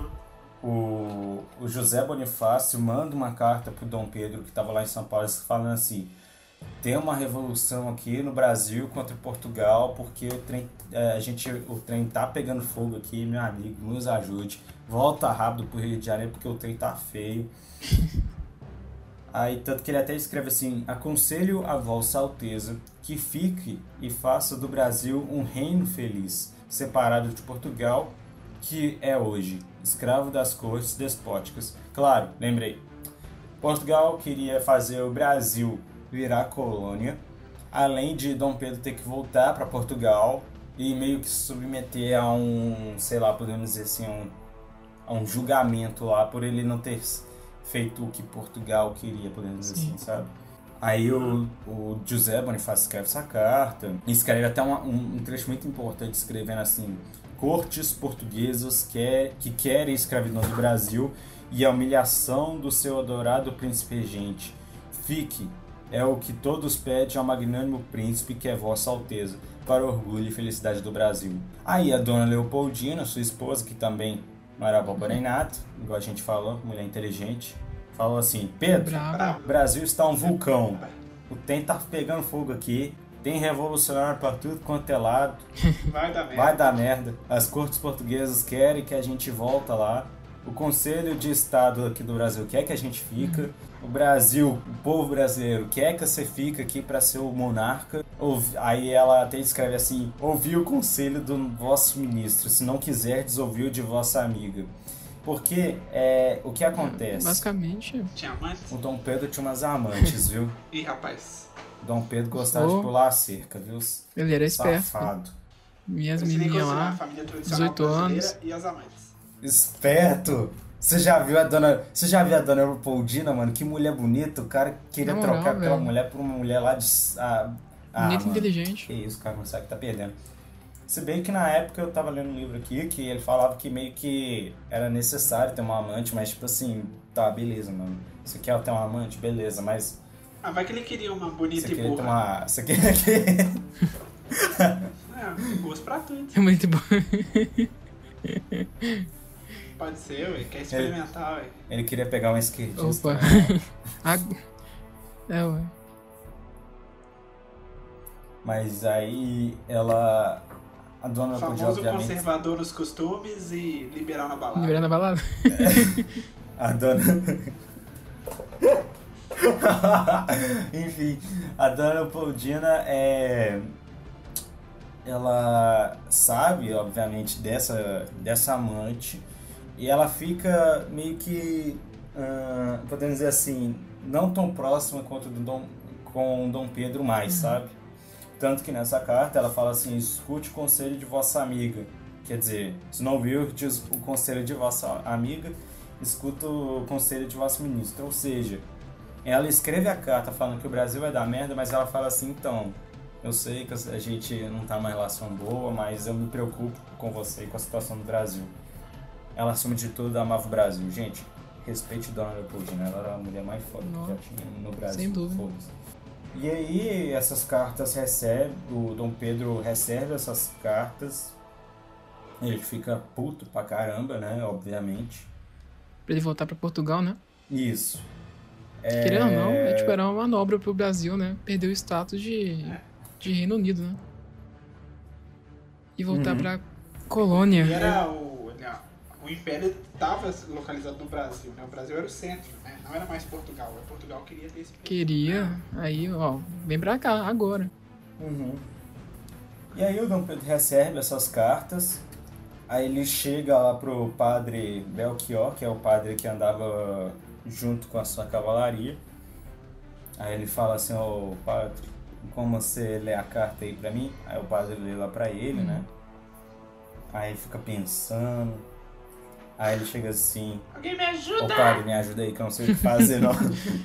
o José Bonifácio manda uma carta pro Dom Pedro, que estava lá em São Paulo, falando assim: tem uma revolução aqui no Brasil contra Portugal, porque o trem tá pegando fogo aqui, meu amigo, nos ajude. Volta rápido pro Rio de Janeiro, porque o trem tá feio. Aí, tanto que ele até escreve assim: aconselho a Vossa Alteza que fique e faça do Brasil um reino feliz, separado de Portugal, que é hoje escravo das cortes despóticas. Claro, lembrei. Portugal queria fazer o Brasil virar colônia, além de Dom Pedro ter que voltar para Portugal e meio que se submeter a podemos dizer assim, a um julgamento lá por ele não ter feito o que Portugal queria, podemos dizer assim, sabe? Aí o José Bonifácio escreve essa carta, e escreve até um trecho muito importante, escrevendo assim: cortes portuguesas que querem escravidão do Brasil e a humilhação do seu adorado príncipe regente. Fique, é o que todos pedem ao magnânimo príncipe que é Vossa Alteza, para o orgulho e felicidade do Brasil. Aí a Dona Leopoldina, sua esposa, que também não era abóbora nem nada, igual a gente falou, mulher inteligente, falou assim: Pedro, o Brasil está um vulcão, o trem tá pegando fogo aqui, tem revolucionário para tudo quanto é lado, vai dar merda. As cortes portuguesas querem que a gente volta lá, o Conselho de Estado aqui do Brasil quer que a gente fica, o Brasil, o povo brasileiro quer que você fique aqui para ser o monarca. Aí ela até escreve assim: ouvi o conselho do vosso ministro, se não quiserdes ouvir o de vossa amiga. Porque o que acontece? Basicamente, tinha amantes? O Dom Pedro tinha umas amantes, viu? Ih, rapaz. Dom Pedro gostava de pular a cerca, viu? Ele era esperto. Safado. Minhas menininhas lá, 18 anos. E as amantes. Esperto! Você já viu a Dona Leopoldina, mano? Que mulher bonita. O cara queria trocar aquela mulher por uma mulher lá de... Bonita e inteligente. Que isso, cara, não sabe que tá perdendo. Se bem que na época eu tava lendo um livro aqui que ele falava que meio que era necessário ter uma amante, mas tipo assim, tá, beleza, mano. Você quer ter uma amante? Beleza, mas... vai que ele queria uma bonita e burra. Você queria que... gosto pra tudo. É muito bom. Pode ser, ué. Quer experimentar, ué. Ele queria pegar um esquerdista. Opa. Ué. Mas aí ela... A dona podia, obviamente... conservador nos costumes e liberal na balada. Liberal na balada? A dona... Enfim, a Dona Leopoldina ela sabe, obviamente, dessa amante, e ela fica meio que, podemos dizer assim, não tão próxima quanto com o Dom Pedro mais, sabe? Tanto que nessa carta ela fala assim: escute o conselho de vossa amiga. Quer dizer, se não ouvirdes o conselho de vossa amiga, escuta o conselho de vosso ministro. Ou seja, ela escreve a carta falando que o Brasil vai dar merda, mas ela fala assim, então, eu sei que a gente não tá numa relação boa, mas eu me preocupo com você e com a situação do Brasil. Ela, acima de tudo, amava o Brasil. Gente, respeite Dona Leopoldina, ela era a mulher mais foda que já tinha no Brasil. Sem dúvida. E aí, essas cartas o Dom Pedro recebe essas cartas, ele fica puto pra caramba, né, obviamente. Pra ele voltar pra Portugal, né? Isso. Querendo ou não, era uma manobra pro Brasil, né? Perder o status de Reino Unido, né? E voltar pra colônia. E era o Império estava localizado no Brasil, né? O Brasil era o centro, né? Não era mais Portugal. Portugal queria ter esse... Queria. Aí, ó, vem pra cá, agora. E aí o Dom Pedro recebe essas cartas, aí ele chega lá pro padre Belchior, que é o padre que andava junto com a sua cavalaria. Aí ele fala assim, ô padre, como você lê a carta aí pra mim? Aí o padre lê lá pra ele, né? Aí ele fica pensando. Aí ele chega assim... Alguém me ajuda! Ô padre, me ajuda aí que eu não sei o que fazer, não.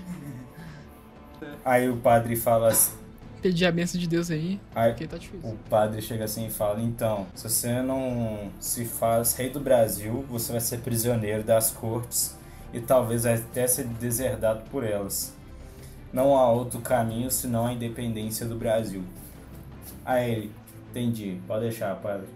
Aí o padre fala assim... Pedir a bênção de Deus aí, porque tá difícil. O padre chega assim e fala, então, se você não se faz rei do Brasil, você vai ser prisioneiro das cortes e talvez até ser deserdado por elas. Não há outro caminho senão a independência do Brasil. Aí ele, entendi, pode deixar, padre.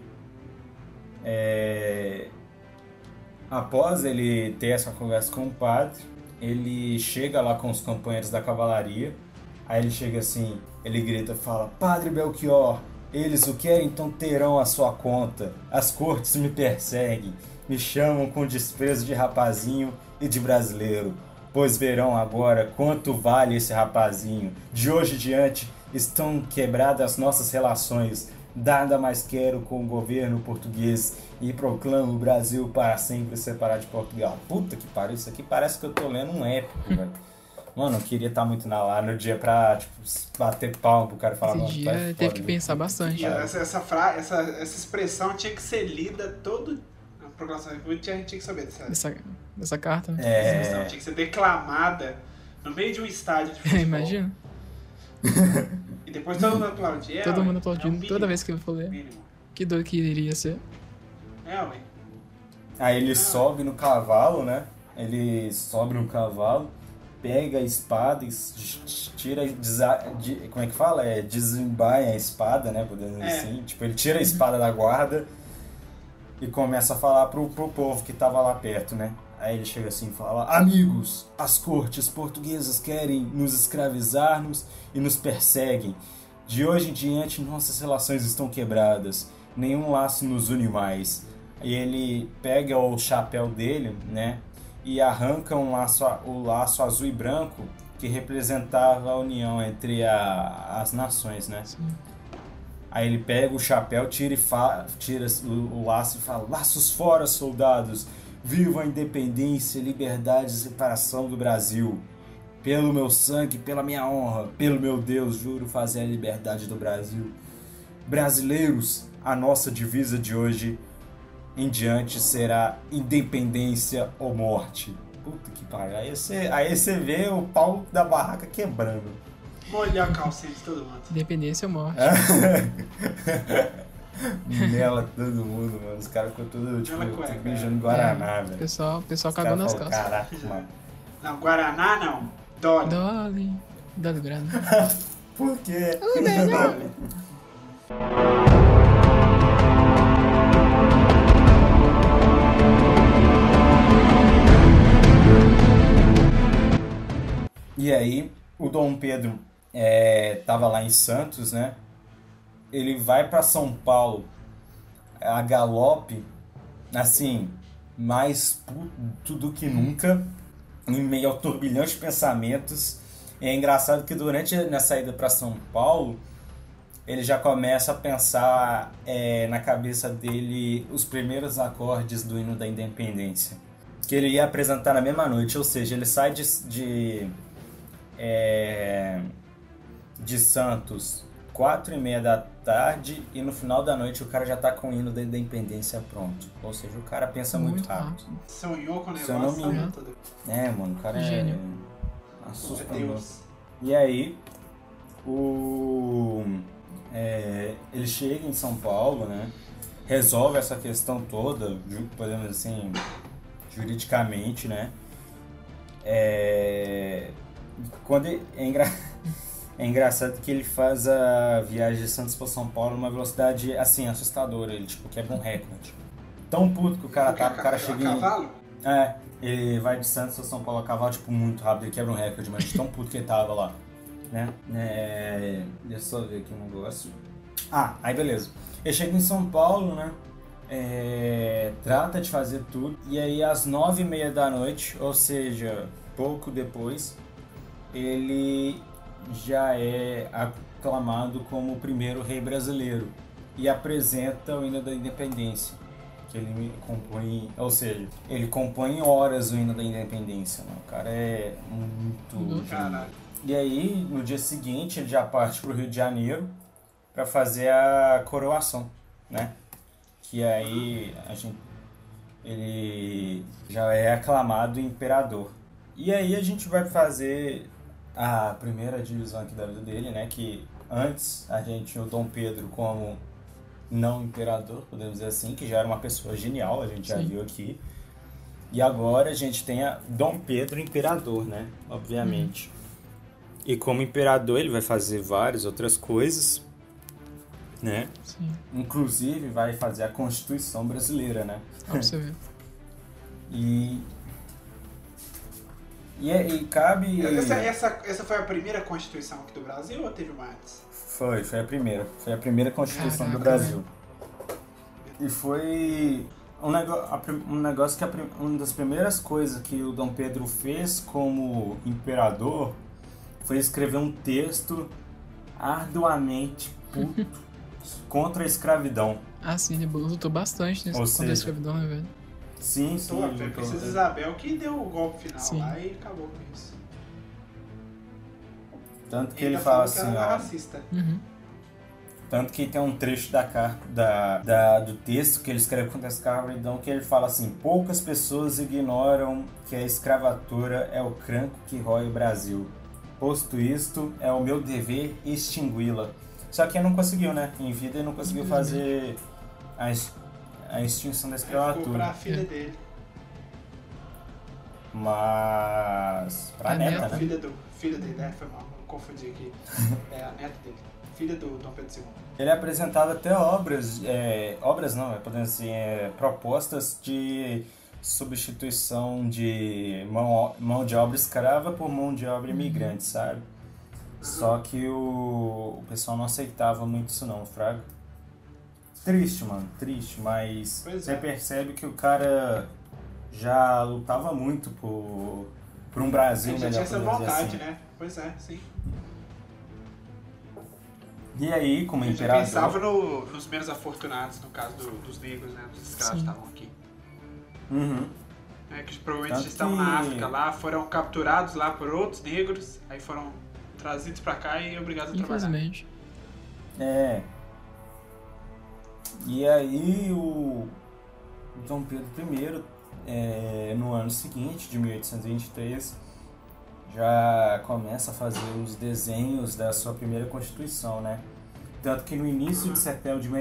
Após ele ter essa conversa com o padre, ele chega lá com os companheiros da cavalaria. Aí ele chega assim, ele grita e fala, Padre Belchior, eles o querem, então terão a sua conta. As cortes me perseguem, me chamam com desprezo de rapazinho e de brasileiro, pois verão agora quanto vale esse rapazinho. De hoje em diante estão quebradas as nossas relações, nada mais quero com o governo português e proclamo o Brasil para sempre separado de Portugal. Puta que pariu, isso aqui parece que eu tô lendo um épico, velho. Mano, eu queria estar muito lá no dia pra, tipo, bater palma pro cara falar... Esse dia teve que pensar bastante. Essa expressão tinha que ser lida todo... A proclamação da República a gente tinha que saber dessa carta, né? Essa expressão tinha que ser declamada no meio de um estádio de futebol. Imagina. E depois todo mundo aplaudia. Todo mundo aplaudindo toda vez que eu for ler. Que doido que iria ser. Ué. Aí ele sobe no cavalo, né? Ele sobe no cavalo, pega a espada e tira... como é que fala? Desembaia a espada, né? Podemos dizer assim. Tipo, ele tira a espada da guarda e começa a falar pro povo que tava lá perto, né? Aí ele chega assim e fala, amigos, as cortes portuguesas querem nos escravizar-nos e nos perseguem. De hoje em diante, nossas relações estão quebradas. Nenhum laço nos une mais. E ele pega o chapéu dele, né? E arranca o laço azul e branco que representava a união entre as nações, né? Sim. Aí ele pega o chapéu, tira o laço e fala, laços fora, soldados! Viva a independência, liberdade e separação do Brasil. Pelo meu sangue, pela minha honra, pelo meu Deus, juro fazer a liberdade do Brasil. Brasileiros, a nossa divisa de hoje em diante será independência ou morte. Puta que pariu. Aí você vê o pau da barraca quebrando. Molhar a calcinha de todo mundo. Independência ou morte. Nela todo mundo, mano. Os caras ficam tudo, tipo, beijando Guaraná, velho. O pessoal cagou nas calças. Caraca, mano. Não, Guaraná não. Dolly. Dolly Guaraná. Por quê? E aí, o Dom Pedro tava lá em Santos, né? Ele vai para São Paulo a galope, assim, mais puto do que nunca, em meio ao turbilhão de pensamentos. É engraçado que durante a saída para São Paulo, ele já começa a pensar na cabeça dele os primeiros acordes do hino da independência, que ele ia apresentar na mesma noite, ou seja, ele sai de Santos 4h30 da tarde e no final da noite o cara já tá com o hino da independência pronto. Ou seja, o cara pensa muito rápido. Sonhou com o Se eu não negócio, me sabe engano. tudo. Mano, o cara Gênio. é assustador. Deus. E aí, ele chega em São Paulo, né? Resolve essa questão toda, podemos assim, juridicamente, né? Quando é engraçado que ele faz a viagem de Santos para São Paulo numa velocidade assim assustadora, ele tipo quebra um recorde. Tão puto que o cara tá, o cara chega a cavalo? Ele vai de Santos a São Paulo a cavalo tipo muito rápido, ele quebra um recorde, mas de tão puto que ele tava lá, né? Deixa eu só ver aqui um negócio. Aí beleza. Ele chega em São Paulo, né? Trata de fazer tudo e aí às 9h30 da noite, ou seja, pouco depois, ele já é aclamado como o primeiro rei brasileiro e apresenta o hino da independência, que ele compõe, ou seja, ele compõe em horas o hino da independência, né? O cara é muito... Caralho. E aí, no dia seguinte, ele já parte pro Rio de Janeiro para fazer a coroação, né? Que aí ele já é aclamado imperador. E aí a gente vai fazer a primeira divisão aqui da vida dele, né? Que antes a gente tinha o Dom Pedro como não imperador, podemos dizer assim, que já era uma pessoa genial, a gente já viu aqui. E agora a gente tem a Dom Pedro imperador, né? Obviamente. E como imperador ele vai fazer várias outras coisas, né? Sim. Inclusive vai fazer a Constituição brasileira, né? Pra você ver. E cabe... Essa foi a primeira Constituição aqui do Brasil ou teve uma antes? Foi a primeira. Foi a primeira Constituição do Caraca, Brasil. E foi um negócio que uma das primeiras coisas que o Dom Pedro fez como imperador foi escrever um texto arduamente puto contra a escravidão. Sim, ele lutou bastante nesse contra a escravidão, né, velho? Sim. Foi a Princesa Isabel que deu o golpe final lá e acabou com isso. Tanto que ele fala assim, racista. Tanto que tem um trecho do texto que ele escreve contra a escravidão que ele fala assim: poucas pessoas ignoram que a escravatura é o cranco que rói o Brasil. Posto isto, é o meu dever extingui-la. Só que ele não conseguiu, né? Em vida ele não conseguiu fazer a extinção da escravatura. Ficou pra filha dele. Mas... pra neta, né? Filha dele, foi mal, eu confundi aqui. É a neta dele. Filha do Dom Pedro II. Ele é apresentado até propostas de substituição de mão de obra escrava por mão de obra imigrante, sabe? Só que o pessoal não aceitava muito isso não, fraga. Triste, mano, triste, mas você percebe que o cara já lutava muito por um Brasil melhor. Já tinha essa vontade, assim, né? Pois é, sim. E aí, como eu imperador... pensava nos menos afortunados, no caso dos negros, né? Dos escravos que estavam aqui. Que provavelmente estavam na África lá, foram capturados lá por outros negros, aí foram trazidos pra cá e obrigados a trabalhar. Infelizmente. E aí o Dom Pedro I, no ano seguinte, de 1823, já começa a fazer os desenhos da sua primeira Constituição, né? Tanto que no início de setembro de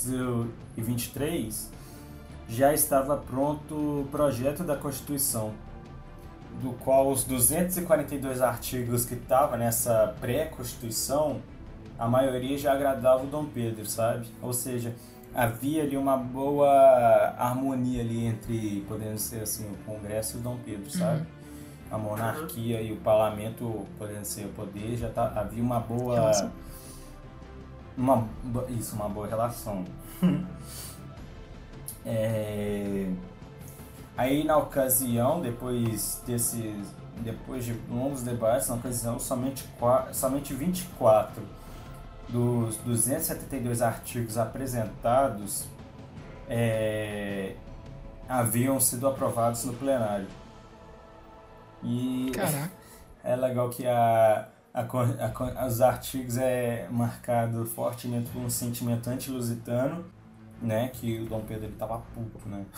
1823 já estava pronto o projeto da Constituição, do qual os 242 artigos que estavam nessa pré-Constituição, a maioria já agradava o Dom Pedro, sabe? Ou seja, havia ali uma boa harmonia ali entre, podemos dizer assim, o Congresso e o Dom Pedro, sabe? A monarquia e o parlamento, podendo ser o poder, havia uma boa... uma boa relação. Aí na ocasião, depois de longos debates, na ocasião somente 24 dos 272 artigos apresentados haviam sido aprovados no plenário. E caraca, é legal que a Os artigos é marcado fortemente por um sentimento anti-lusitano, né? Que o Dom Pedro estava puto, né?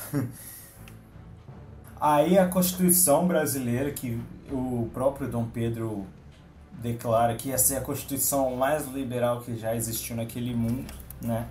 Aí a Constituição brasileira, que o próprio Dom Pedro declara que ia ser a Constituição mais liberal que já existiu naquele mundo, né?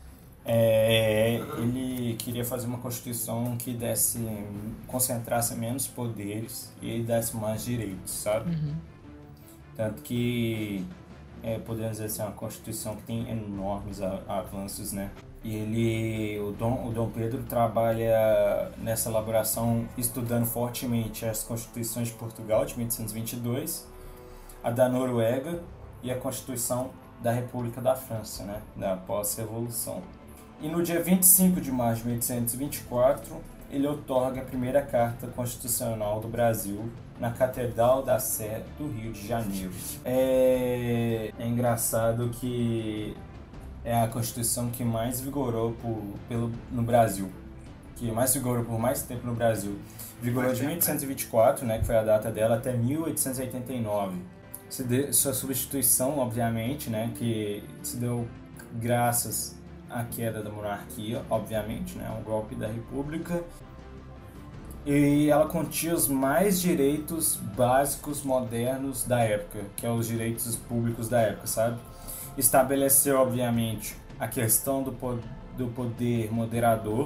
Ele queria fazer uma Constituição que concentrasse menos poderes e desse mais direitos, sabe? Uhum. Tanto que podemos dizer assim, é uma Constituição que tem enormes avanços, né? E o Dom Pedro trabalha nessa elaboração estudando fortemente as Constituições de Portugal de 1822, a da Noruega e a Constituição da República da França, né? Da pós-revolução. E no dia 25 de março de 1824, ele outorga a primeira Carta Constitucional do Brasil na Catedral da Sé do Rio de Janeiro. É engraçado que é a Constituição que mais vigorou no Brasil, que mais vigorou por mais tempo no Brasil. Vigorou de 1824, né, que foi a data dela, até 1889. Sua substituição, obviamente, né, que se deu graças à queda da monarquia, obviamente, né, um golpe da República. E ela continha os mais direitos básicos modernos da época, que é os direitos públicos da época, sabe? Estabeleceu, obviamente, a questão do poder moderador,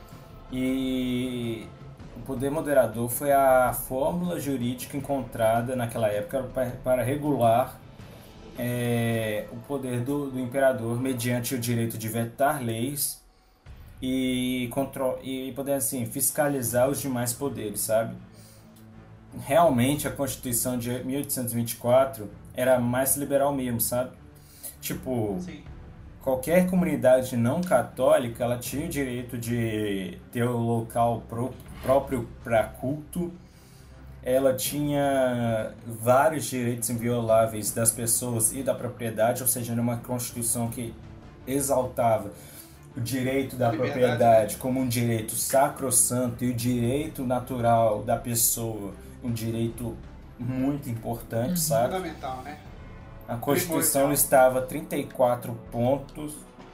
e o poder moderador foi a fórmula jurídica encontrada naquela época para regular o poder do imperador mediante o direito de vetar leis e poder assim, fiscalizar os demais poderes, sabe? Realmente a Constituição de 1824 era mais liberal mesmo, sabe? Tipo, sim, qualquer comunidade não católica, ela tinha o direito de ter o local próprio para culto, ela tinha vários direitos invioláveis das pessoas e da propriedade, ou seja, era uma Constituição que exaltava o direito da propriedade como um direito sacrossanto e o direito natural da pessoa, um direito muito importante, sabe? Fundamental, né? A Constituição estava 34 pontos.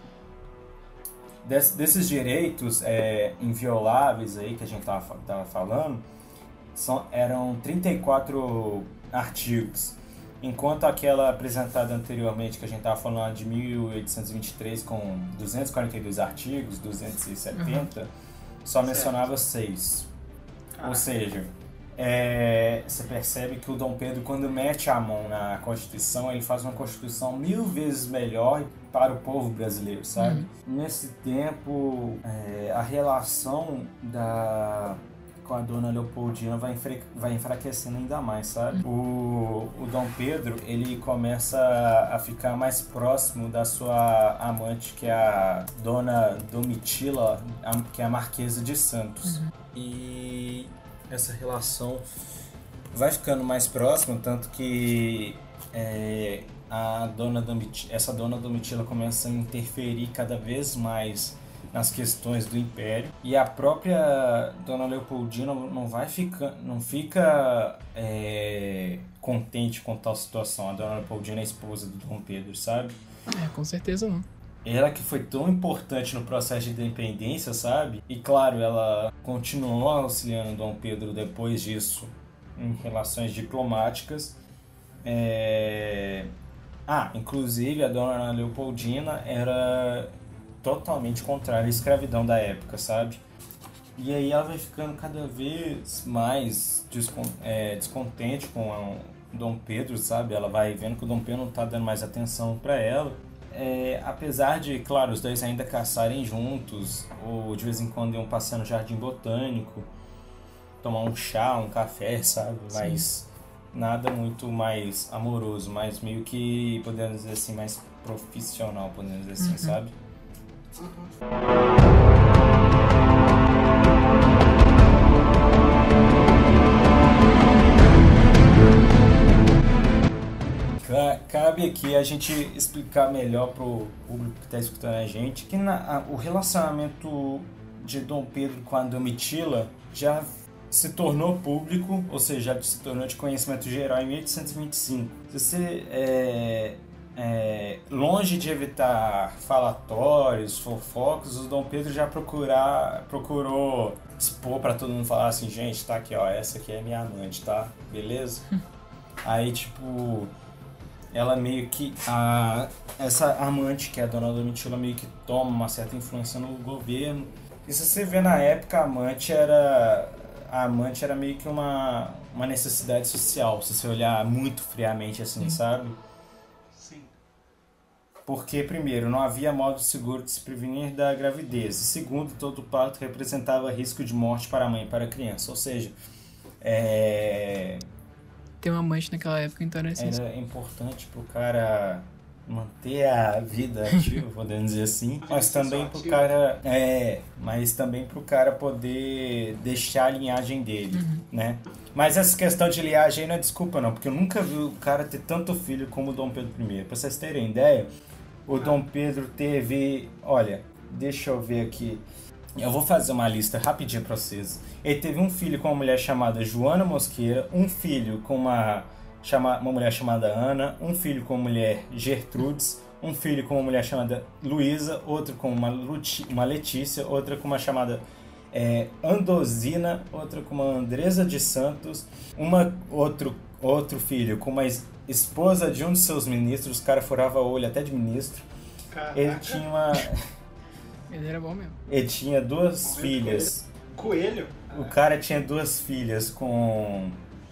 Desses direitos invioláveis aí que a gente tava falando, eram 34 artigos. Enquanto aquela apresentada anteriormente, que a gente estava falando de 1823, com 242 artigos, 270, só mencionava 6. Ou seja, você percebe que o Dom Pedro, quando mete a mão na Constituição, ele faz uma Constituição 1000 vezes melhor para o povo brasileiro, sabe? Nesse tempo, a relação com a Dona Leopoldina vai enfraquecendo ainda mais, sabe? O Dom Pedro, ele começa a ficar mais próximo da sua amante, que é a Dona Domitila, que é a Marquesa de Santos. E essa relação vai ficando mais próxima, tanto que essa Dona Domitila começa a interferir cada vez mais nas questões do Império, e a própria Dona Leopoldina não fica contente com tal situação. A Dona Leopoldina é a esposa do Dom Pedro, sabe? Com certeza não. Ela que foi tão importante no processo de independência, sabe? E claro, ela continuou auxiliando Dom Pedro depois disso em relações diplomáticas. Inclusive a Dona Leopoldina era totalmente contrária à escravidão da época, sabe? E aí ela vai ficando cada vez mais descontente com o Dom Pedro, sabe? Ela vai vendo que o Dom Pedro não tá dando mais atenção para ela. Apesar de, claro, os dois ainda caçarem juntos, ou de vez em quando iam passar no Jardim Botânico, tomar um chá, um café, sabe? Sim. Mas nada muito mais amoroso, mas meio que, podemos dizer assim, mais profissional, podemos dizer assim, sabe? Cabe aqui a gente explicar melhor pro público que está escutando a gente que o relacionamento de Dom Pedro com a Domitila já se tornou público, ou seja, se tornou de conhecimento geral em 1825. Se você longe de evitar falatórios, fofocas, o Dom Pedro já procurou expor para todo mundo, falar assim, gente, tá aqui, ó, essa aqui é minha amante, tá? Beleza? Aí, tipo, ela meio que... essa amante, que é a Dona Domitila, meio que toma uma certa influência no governo. E se você vê na época, a amante era meio que uma necessidade social, se você olhar muito friamente assim, sabe? Sim. Porque, primeiro, não havia modo seguro de se prevenir da gravidez. E, segundo, todo parto representava risco de morte para a mãe e para a criança. Ou seja, ter uma amante naquela época, então era assim. Era importante pro cara manter a vida ativa, podemos dizer assim, mas também pro cara poder deixar a linhagem dele, né? Mas essa questão de linhagem não é desculpa não, porque eu nunca vi o cara ter tanto filho como o Dom Pedro I. Pra vocês terem ideia, o Dom Pedro teve, olha, deixa eu ver aqui, eu vou fazer uma lista rapidinho pra vocês. Ele teve um filho com uma mulher chamada Joana Mosqueira, um filho com uma mulher chamada Ana, um filho com uma mulher Gertrudes, um filho com uma mulher chamada Luísa, outro com uma Letícia, outra com uma chamada Andozina, outra com uma Andresa de Santos, outro filho com uma esposa de um de seus ministros, o cara furava o olho até de ministro. Caraca. Ele era bom mesmo. Ele tinha duas filhas. Coelho? O cara tinha duas filhas com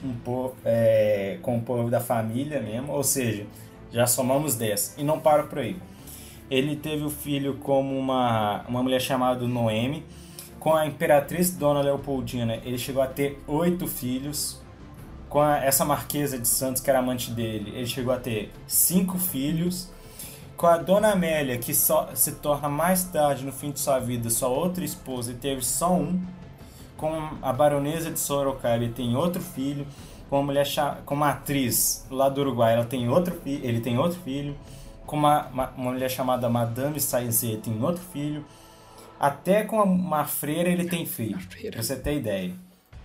o povo da família mesmo, ou seja, já somamos 10. E não para por aí. Ele teve o filho como uma mulher chamada Noemi. Com a imperatriz Dona Leopoldina, ele chegou a ter 8 filhos. Com essa marquesa de Santos, que era amante dele, ele chegou a ter 5 filhos. Com a Dona Amélia, que só se torna mais tarde, no fim de sua vida, sua outra esposa, e teve só um. Com a baronesa de Sorocaba, ele tem outro filho. Com uma atriz lá do Uruguai, ele tem outro filho. Com uma mulher chamada Madame Saizé, tem outro filho. Até com uma freira ele tem filho, pra você ter ideia.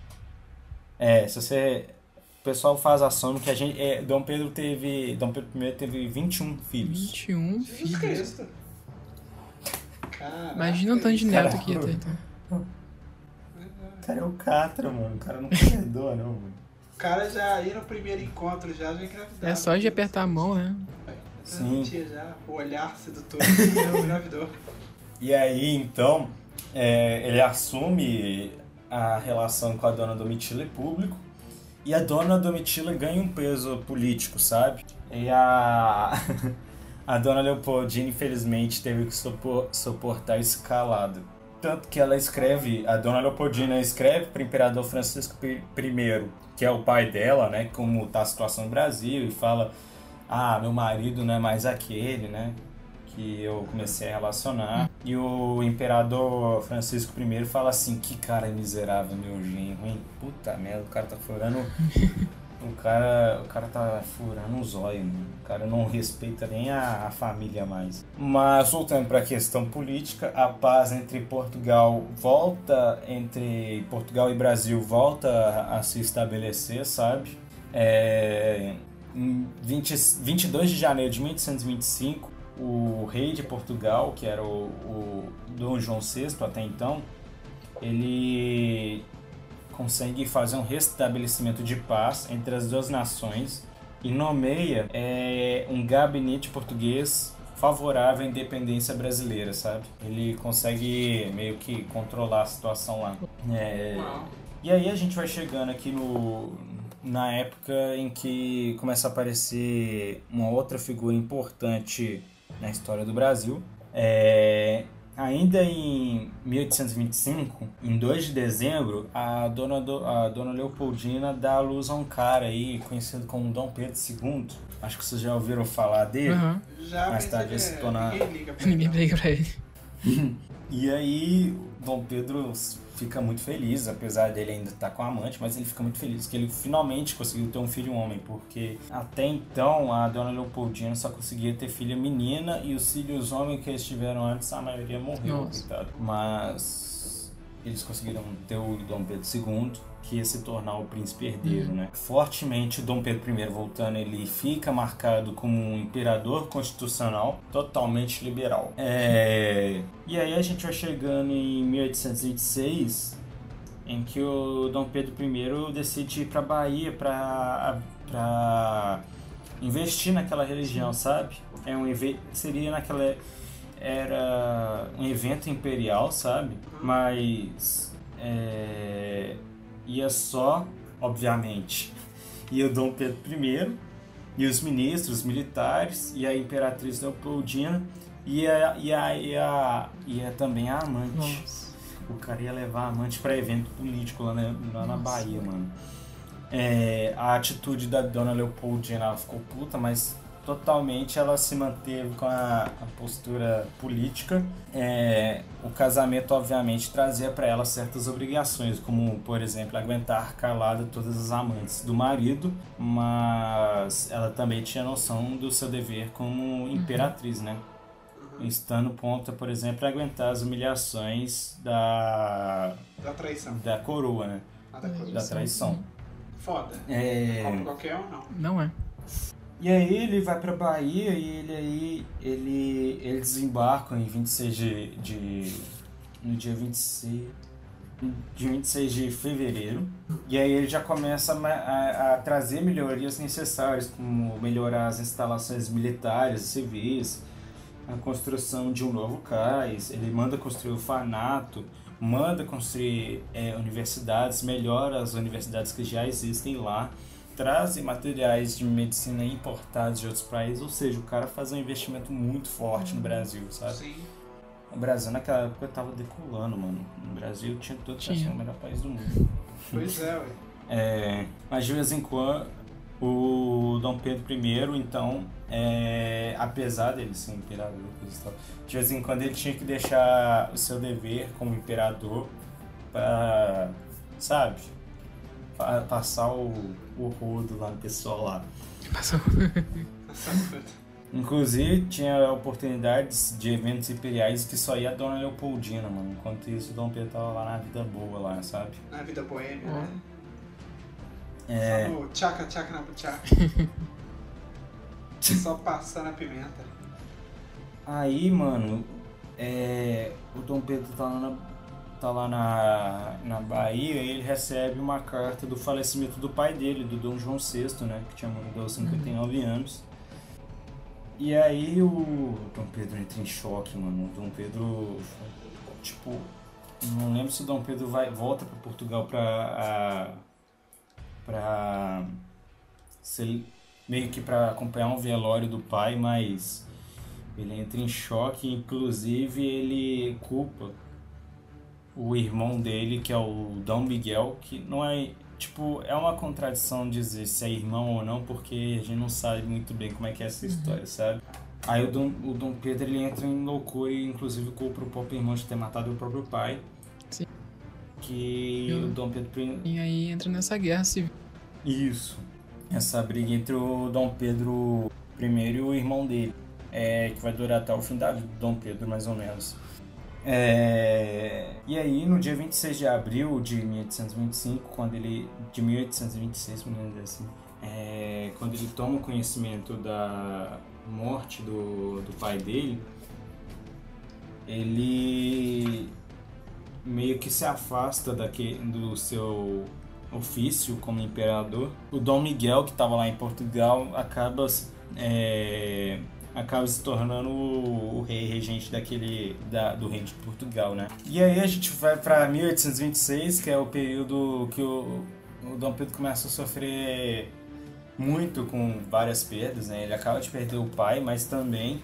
O pessoal faz a soma que a gente... Dom Pedro I teve 21 filhos. 21 filhos? Caraca, imagina o tanto de neto que ia ter, então. O cara é o Catra, mano. O cara não perdoa, não, mano. O cara já ia no primeiro encontro, já engravidava. É só de apertar a mão, né? Sim. Já o olhar sedutor engravidou. E aí, então, ele assume a relação com a Dona Domitila em público. E a Dona Domitila ganha um peso político, sabe? E a Dona Leopoldina, infelizmente, teve que suportar esse calado. Tanto que a Dona Leopoldina escreve para o Imperador Francisco I, que é o pai dela, né? Como está a situação no Brasil, e fala, meu marido não é mais aquele, né? Que eu comecei a relacionar. E o Imperador Francisco I fala assim, que cara miserável, meu genro, hein? Puta merda, o cara tá furando... O cara tá furando um zóio, mano. O cara não respeita nem a família mais. Mas, voltando para a questão política, a paz entre Portugal e Brasil volta a se estabelecer, sabe? Em 22 de janeiro de 1825, o rei de Portugal, que era o Dom João VI até então, ele consegue fazer um restabelecimento de paz entre as duas nações e nomeia um gabinete português favorável à independência brasileira, sabe? Ele consegue meio que controlar a situação lá. E aí a gente vai chegando aqui na época em que começa a aparecer uma outra figura importante na história do Brasil. Ainda em 1825, em 2 de dezembro, a dona Leopoldina dá à luz a um cara aí, conhecido como Dom Pedro II. Acho que vocês já ouviram falar dele. Uhum. Já, mais tarde se torna... Ninguém liga pra ele. E aí, Dom Pedro fica muito feliz, apesar dele ainda estar com a amante, mas ele fica muito feliz que ele finalmente conseguiu ter um filho homem, porque até então a Dona Leopoldina só conseguia ter filha menina e os filhos homens que eles tiveram antes, a maioria morreu, coitado. Mas eles conseguiram ter o Dom Pedro II, que ia se tornar o príncipe herdeiro, né? Fortemente, o Dom Pedro I voltando, ele fica marcado como um imperador constitucional totalmente liberal. E aí a gente vai chegando em 1826, em que o Dom Pedro I decide ir para Bahia para investir naquela religião, sabe? Era um evento imperial, sabe? Mas ia só, obviamente, ia o Dom Pedro I e os ministros, os militares e a Imperatriz Leopoldina e também a amante. Nossa. O cara ia levar a amante para evento político lá na Bahia, mano. A atitude da dona Leopoldina, ela ficou puta, mas totalmente ela se manteve com a postura política. O casamento, obviamente, trazia para ela certas obrigações, como, por exemplo, aguentar calada todas as amantes do marido, mas ela também tinha noção do seu dever como imperatriz, né? Estando pronta, por exemplo, a aguentar as humilhações da traição. Da coroa, né? Da traição. Foda. Como qualquer um, não. Não é. E aí ele vai pra Bahia e ele desembarca em 26 no dia 26 de fevereiro. E aí ele já começa a trazer melhorias necessárias, como melhorar as instalações militares e civis, a construção de um novo cais, ele manda construir o orfanato, manda construir universidades, melhora as universidades que já existem lá, trazem materiais de medicina importados de outros países, ou seja, o cara faz um investimento muito forte no Brasil, sabe? Sim. O Brasil naquela época tava decolando, mano. O Brasil tinha tudo pra ser o melhor país do mundo. Pois é, ué. Mas de vez em quando, o Dom Pedro I, então, apesar dele ser imperador, de vez em quando ele tinha que deixar o seu dever como imperador pra, sabe, passar o rodo lá no pessoal lá. Passou. Inclusive, tinha oportunidades de eventos imperiais que só ia a Dona Leopoldina, mano. Enquanto isso, o Dom Pedro tava lá na vida boa, lá, sabe? Na vida boêmia, né? É. Só no tchaca na buchaca. Só passando a pimenta. Aí, mano, o Dom Pedro tá lá na Bahia e ele recebe uma carta do falecimento do pai dele, do Dom João VI, né? Que tinha morrido aos 59 anos. E aí o Dom Pedro entra em choque, mano. O Dom Pedro, tipo, não lembro se o Dom Pedro volta pra Portugal pra ser, meio que pra acompanhar um velório do pai, mas ele entra em choque. Inclusive ele culpa o irmão dele, que é o Dom Miguel, que não é, tipo, é uma contradição dizer se é irmão ou não, porque a gente não sabe muito bem como é que é essa história, sabe? Aí o Dom Pedro, ele entra em loucura e inclusive culpa o próprio irmão de ter matado o próprio pai. Sim. Que o Dom Pedro... E aí entra nessa guerra civil. Isso. Essa briga entre o Dom Pedro I e o irmão dele. Que vai durar até o fim da vida do Dom Pedro, mais ou menos. E aí, no dia 26 de abril de 1825, de 1826, vamos dizer assim, quando ele toma conhecimento da morte do pai dele, ele meio que se afasta do seu ofício como imperador. O Dom Miguel, que estava lá em Portugal, acaba se tornando o rei regente do reino de Portugal, né? E aí a gente vai para 1826, que é o período que o Dom Pedro começa a sofrer muito com várias perdas, né? Ele acaba de perder o pai, mas também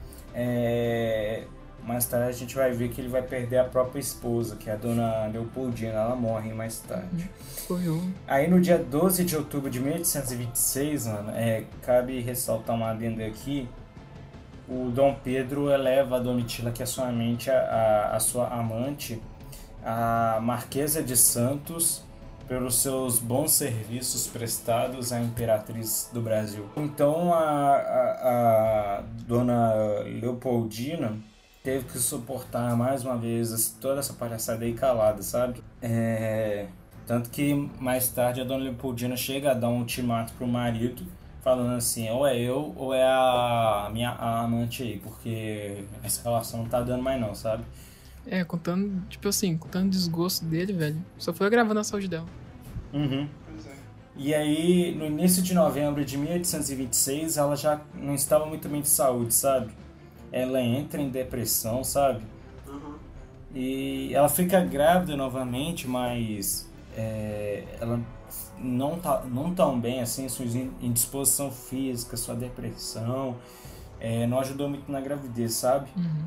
mais tarde a gente vai ver que ele vai perder a própria esposa, que é a Dona Leopoldina. Ela morre mais tarde. Aí no dia 12 de outubro de 1826, mano, cabe ressaltar uma adenda aqui. O Dom Pedro eleva a Domitila, que é somente a sua amante, a Marquesa de Santos, pelos seus bons serviços prestados à Imperatriz do Brasil. Então a Dona Leopoldina, teve que suportar mais uma vez toda essa palhaçada aí calada, sabe? Tanto que mais tarde a Dona Leopoldina chega a dar um ultimato pro marido, falando assim, ou é eu ou é a amante aí, porque essa relação não tá dando mais não, sabe? Contando, tipo assim, contando o desgosto dele, velho. Só foi agravando a saúde dela. Uhum. Pois é. E aí, no início de novembro de 1826, ela já não estava muito bem de saúde, sabe? Ela entra em depressão, sabe? Uhum. E ela fica grávida novamente, mas ela não tão bem, assim, sua indisposição física, sua depressão, não ajudou muito na gravidez, sabe? Uhum.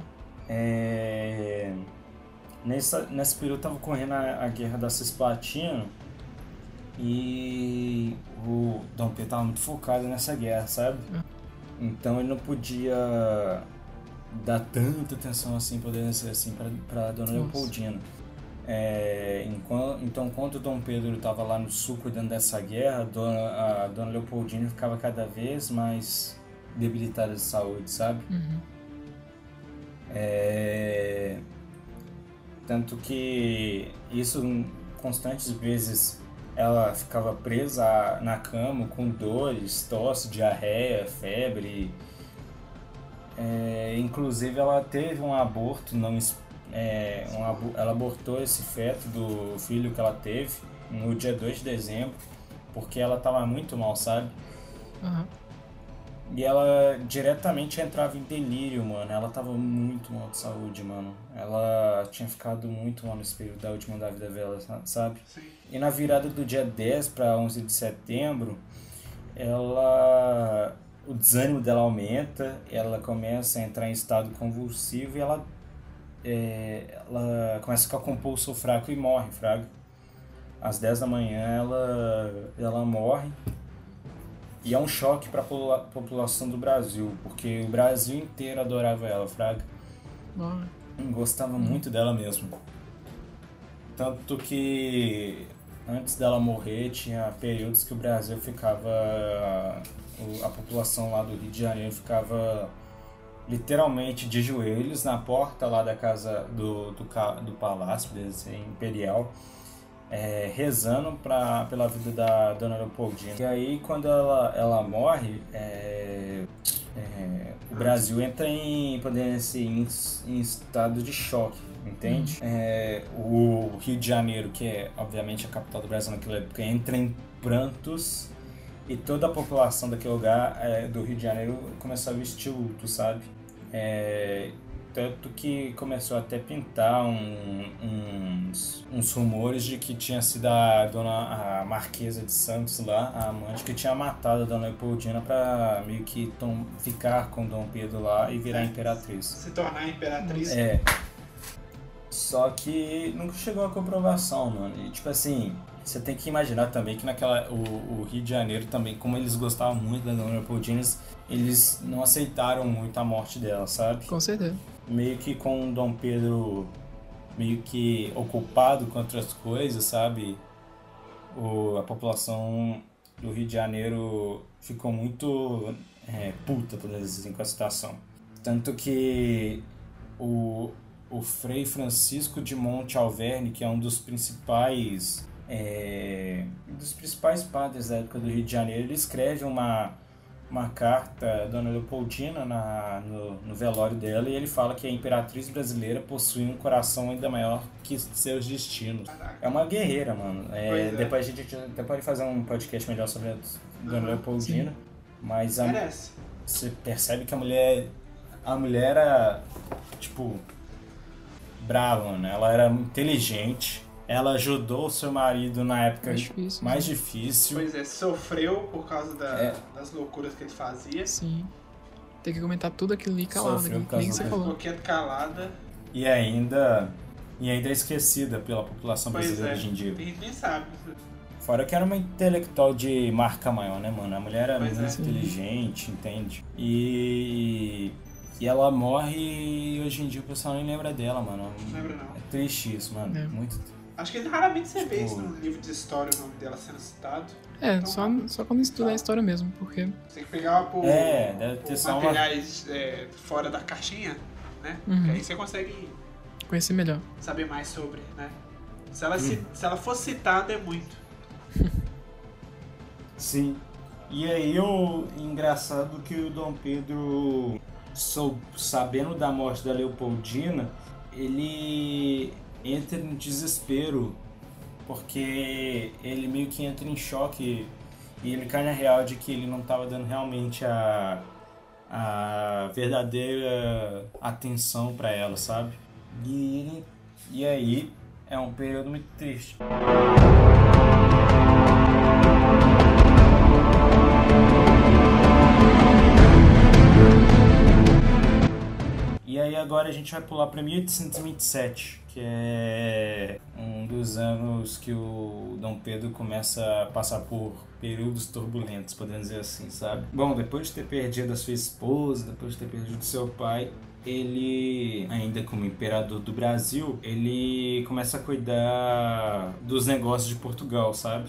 Nesse período estava ocorrendo a Guerra da Cisplatina e o Dom Pedro estava muito focado nessa guerra, sabe? Então ele não podia dar tanta atenção assim, podendo ser assim, para Dona Leopoldina. Então, enquanto o Dom Pedro estava lá no sul cuidando dessa guerra, a Dona Leopoldina ficava cada vez mais debilitada de saúde, sabe? Uhum. Tanto que isso, constantes vezes, ela ficava presa na cama com dores, tosse, diarreia, febre. Inclusive ela teve um aborto, ela abortou esse feto do filho que ela teve no dia 2 de dezembro, porque ela estava muito mal, sabe? Uhum. E ela diretamente entrava em delírio, mano. Ela tava muito mal de saúde, mano. Ela tinha ficado muito mal nesse período da última da vida dela, sabe? Sim. E na virada do dia 10 para 11 de setembro, o desânimo dela aumenta, ela começa a entrar em estado convulsivo e ela começa a ficar com o pulso fraco e morre, fraga. Às 10 da manhã ela morre. E é um choque para a população do Brasil, porque o Brasil inteiro adorava ela, fraga. Gostava muito dela mesmo. Tanto que antes dela morrer, tinha períodos que o Brasil ficava... A população lá do Rio de Janeiro ficava literalmente de joelhos na porta lá da casa do Palácio Imperial, rezando pela vida da Dona Leopoldina. E aí, quando ela morre, o Brasil entra em estado de choque, entende? O Rio de Janeiro, que é obviamente a capital do Brasil naquela época, entra em prantos e toda a população daquele lugar do Rio de Janeiro começou a vestir luto, sabe? Tanto que começou até a pintar uns rumores de que tinha sido a Marquesa de Santos lá, a amante, que tinha matado a Dona Leopoldina pra meio que ficar com Dom Pedro lá e virar imperatriz. Se tornar imperatriz. Só que nunca chegou a comprovação, mano. E tipo assim, você tem que imaginar também que o Rio de Janeiro também, como eles gostavam muito da Dona Leopoldina, eles não aceitaram muito a morte dela, sabe? Com certeza. Meio que com o Dom Pedro meio que ocupado com outras coisas, sabe? A população do Rio de Janeiro ficou muito puta, por dizer assim, com a situação. Tanto que o Frei Francisco de Monte Alverne, que é um dos principais padres da época do Rio de Janeiro, ele escreve uma carta à Dona Leopoldina no velório dela, e ele fala que a imperatriz brasileira possui um coração ainda maior que seus destinos. É uma guerreira, mano. Depois a gente até pode fazer um podcast melhor sobre a Dona Leopoldina. Sim. Mas você percebe que a mulher era, tipo, brava, né? Ela era inteligente. Ela ajudou o seu marido na época mais difícil. Pois sofreu por causa das loucuras que ele fazia. Sim. Tem que comentar tudo aquilo ali calado. Sofreu por causa que você falou. Ficou quieto, calada. E ainda é esquecida pela população brasileira hoje em dia. Ninguém sabe. Fora que era uma intelectual de marca maior, né, mano? A mulher era muito inteligente, entende? E ela morre e hoje em dia o pessoal nem lembra dela, mano. Não lembra, não. É triste isso, mano. Muito triste. Acho que raramente você vê isso no livro de história, o nome dela sendo citado. Então, só quando estuda a história mesmo, porque... Você tem que pegar deve ter só materiais fora da caixinha, né? Porque aí você consegue conhecer melhor. Saber mais sobre, né? Se ela for citada, é muito. Sim. E aí o engraçado que o Dom Pedro, sabendo da morte da Leopoldina, ele entra em desespero, porque ele meio que entra em choque e ele cai na real de que ele não estava dando realmente a verdadeira atenção para ela, sabe? E aí é um período muito triste. E aí agora a gente vai pular para 1827, que é um dos anos que o Dom Pedro começa a passar por períodos turbulentos, podemos dizer assim, sabe? Bom, depois de ter perdido a sua esposa, depois de ter perdido seu pai, ele, ainda como imperador do Brasil, ele começa a cuidar dos negócios de Portugal, sabe?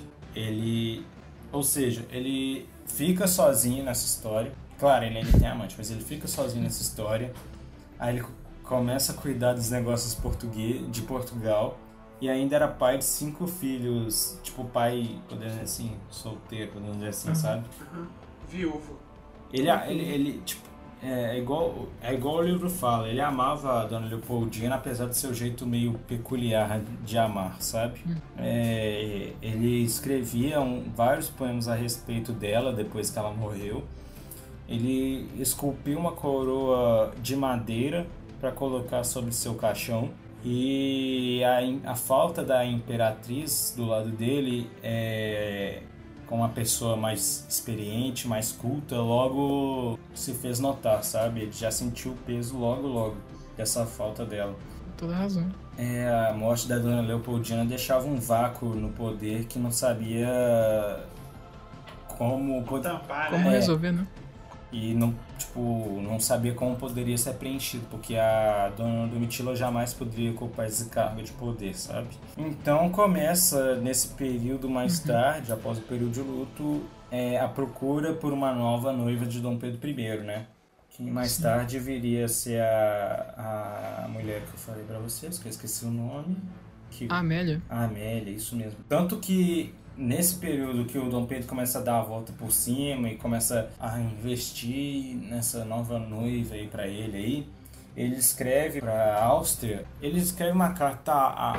Ou seja, ele fica sozinho nessa história. Claro, ele ainda tem amante, mas ele fica sozinho nessa história. Aí ele começa a cuidar dos negócios de Portugal. E ainda era pai de 5 filhos. Tipo, pai, podemos dizer assim, solteiro, podemos dizer assim, sabe? Viúvo. Ele tipo, é igual o livro fala. Ele amava a Dona Leopoldina, apesar do seu jeito meio peculiar de amar, sabe? Ele escrevia vários poemas a respeito dela depois que ela morreu. Ele esculpiu uma coroa de madeira para colocar sobre seu caixão. E a falta da imperatriz do lado dele, com uma pessoa mais experiente, mais culta, logo se fez notar, sabe? Ele já sentiu o peso logo dessa falta dela. Toda razão. A morte da Dona Leopoldina deixava um vácuo no poder que não sabia como resolver, né? E não sabia como poderia ser preenchido, porque a Dona Domitila jamais poderia ocupar esse cargo de poder, sabe? Então começa nesse período mais tarde, após o período de luto, a procura por uma nova noiva de Dom Pedro I, né? Que mais tarde viria a ser a mulher que eu falei pra vocês, que eu esqueci o nome. A Amélia. A Amélia, isso mesmo. Tanto que nesse período que o Dom Pedro começa a dar a volta por cima e começa a investir nessa nova noiva aí pra ele aí, ele escreve pra Áustria, ele escreve uma carta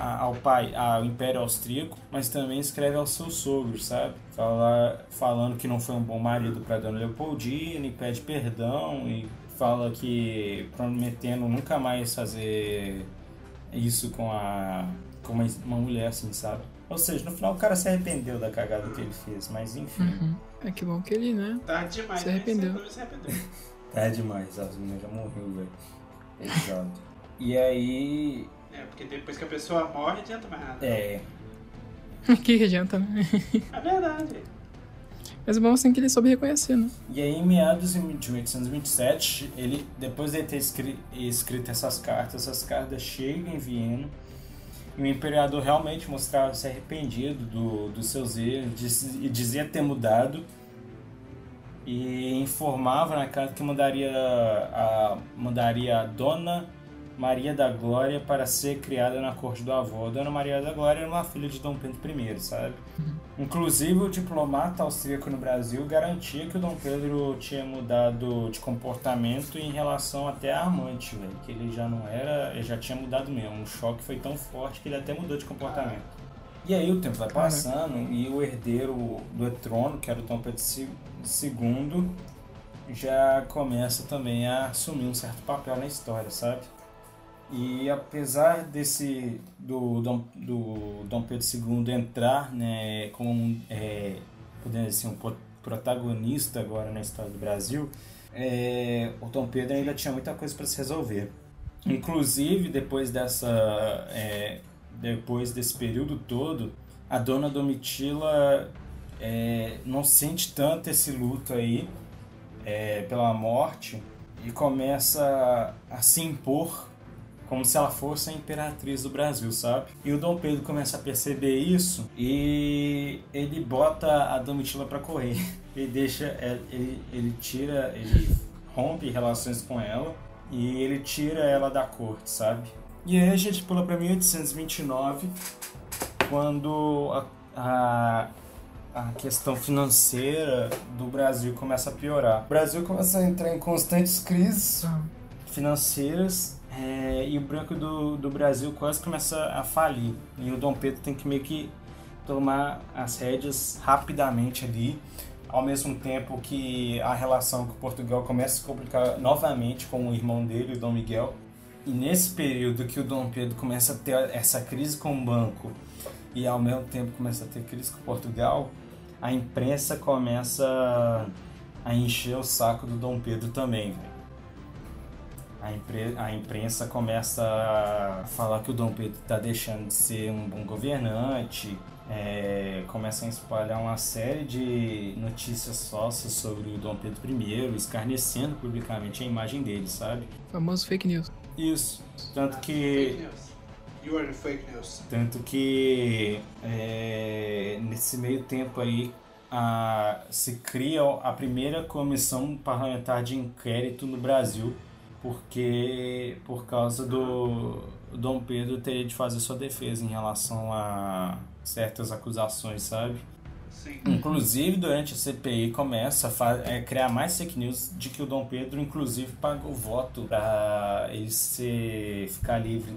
ao Império Austríaco, mas também escreve aos seus sogros, sabe? Falando que não foi um bom marido pra Dona Leopoldina e pede perdão e fala que prometendo nunca mais fazer isso com uma mulher assim, sabe? Ou seja, no final o cara se arrependeu da cagada que ele fez, mas enfim. É que bom que ele, né? Tá demais, se arrependeu. Tá demais, as meninas já morreu, velho. Exato. E aí... porque depois que a pessoa morre, não adianta mais nada. Que adianta, né? É verdade. Mas é bom assim que ele soube reconhecer, né? E aí, em meados de 1827, ele, depois de ter escrito essas cartas chegam em Viena. E o imperador realmente mostrava-se arrependido dos seus erros e dizia ter mudado. E informava na carta que mandaria a Dona Maria da Glória para ser criada na corte do avô. A Dona Maria da Glória era uma filha de Dom Pedro I, sabe? Inclusive, o diplomata austríaco no Brasil garantia que o Dom Pedro tinha mudado de comportamento em relação até à amante, velho. Que ele já não era, ele já tinha mudado mesmo. O choque foi tão forte que ele até mudou de comportamento. E aí o tempo vai passando e o herdeiro do trono, que era o Dom Pedro II, já começa também a assumir um certo papel na história, sabe? E apesar do Dom Pedro II entrar, né, como podemos dizer, um protagonista agora na história do Brasil, o Dom Pedro ainda tinha muita coisa para se resolver. Inclusive, depois desse período todo, a Dona Domitila não sente tanto esse luto aí pela morte e começa a se impor como se ela fosse a imperatriz do Brasil, sabe? E o Dom Pedro começa a perceber isso e ele bota a Domitila pra correr. Ele rompe relações com ela e ele tira ela da corte, sabe? E aí a gente pula para 1829, quando a questão financeira do Brasil começa a piorar. O Brasil começa a entrar em constantes crises financeiras, e o Banco do Brasil quase começa a falir. E o Dom Pedro tem que meio que tomar as rédeas rapidamente ali, ao mesmo tempo que a relação com Portugal começa a se complicar novamente com o irmão dele, o Dom Miguel. E nesse período que o Dom Pedro começa a ter essa crise com o banco e ao mesmo tempo começa a ter crise com Portugal, a imprensa começa a encher o saco do Dom Pedro também, velho. A imprensa começa a falar que o Dom Pedro está deixando de ser um bom governante, começa a espalhar uma série de notícias falsas sobre o Dom Pedro I, escarnecendo publicamente a imagem dele, sabe? Famoso fake news. Isso, tanto que... Fake news. You are the fake news. Tanto que nesse meio tempo aí se cria a primeira comissão parlamentar de inquérito no Brasil, por causa do Dom Pedro teria de fazer sua defesa em relação a certas acusações, sabe? Sim. Inclusive, durante a CPI começa a criar mais fake news de que o Dom Pedro, inclusive, pagou voto para ele ficar livre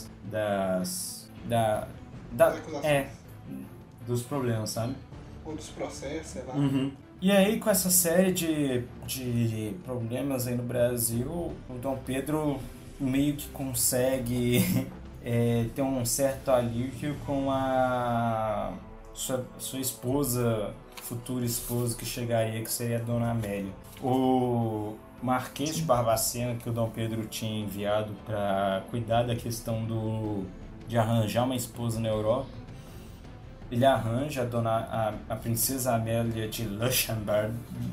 dos problemas, sabe? Ou dos processos, sei lá. Uhum. E aí, com essa série de problemas aí no Brasil, o Dom Pedro meio que consegue ter um certo alívio com a sua esposa, futura esposa que chegaria, que seria a Dona Amélia. O Marquês de Barbacena, que o Dom Pedro tinha enviado para cuidar da questão de arranjar uma esposa na Europa, ele arranja a princesa Amélia de Luxemburgo.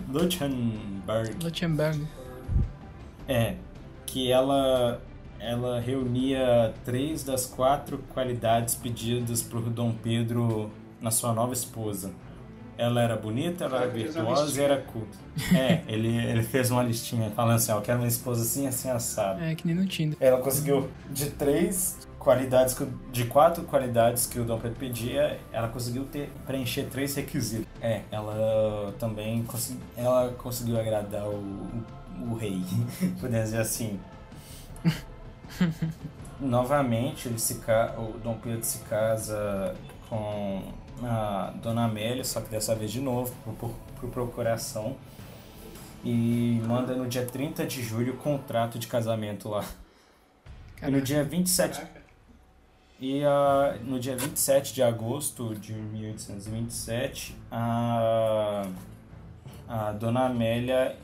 Que ela reunia 3 das 4 qualidades pedidas por Dom Pedro na sua nova esposa. Ela era bonita, ela era virtuosa e era culta. Ele fez uma listinha falando assim, eu quero uma esposa assim, assim, assado. Que nem no Tinder. Ela conseguiu de 4 qualidades que o Dom Pedro pedia, ela conseguiu preencher 3 requisitos. Ela também conseguiu agradar o rei, podemos dizer assim. Novamente, o Dom Pedro se casa com a Dona Amélia, só que dessa vez de novo, por procuração, e manda no dia 30 de julho o contrato de casamento lá. Caraca. E no dia 27... no dia 27 de agosto de 1827, a Dona Amélia,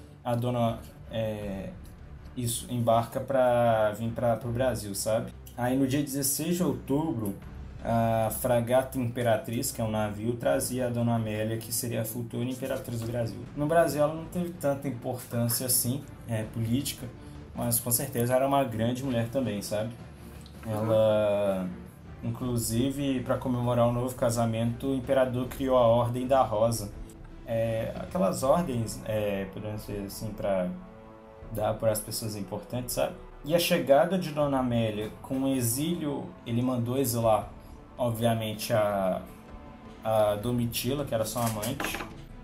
embarca para vir para o Brasil, sabe? Aí no dia 16 de outubro, a Fragata Imperatriz, que é um navio, trazia a Dona Amélia, que seria a futura Imperatriz do Brasil. No Brasil ela não teve tanta importância assim, política, mas com certeza era uma grande mulher também, sabe? Ela... Inclusive, para comemorar o novo casamento, o imperador criou a Ordem da Rosa. Aquelas ordens, podemos dizer assim, para dar para as pessoas importantes, sabe? E a chegada de Dona Amélia com o exílio, ele mandou exilar, obviamente, a Domitila, que era sua amante.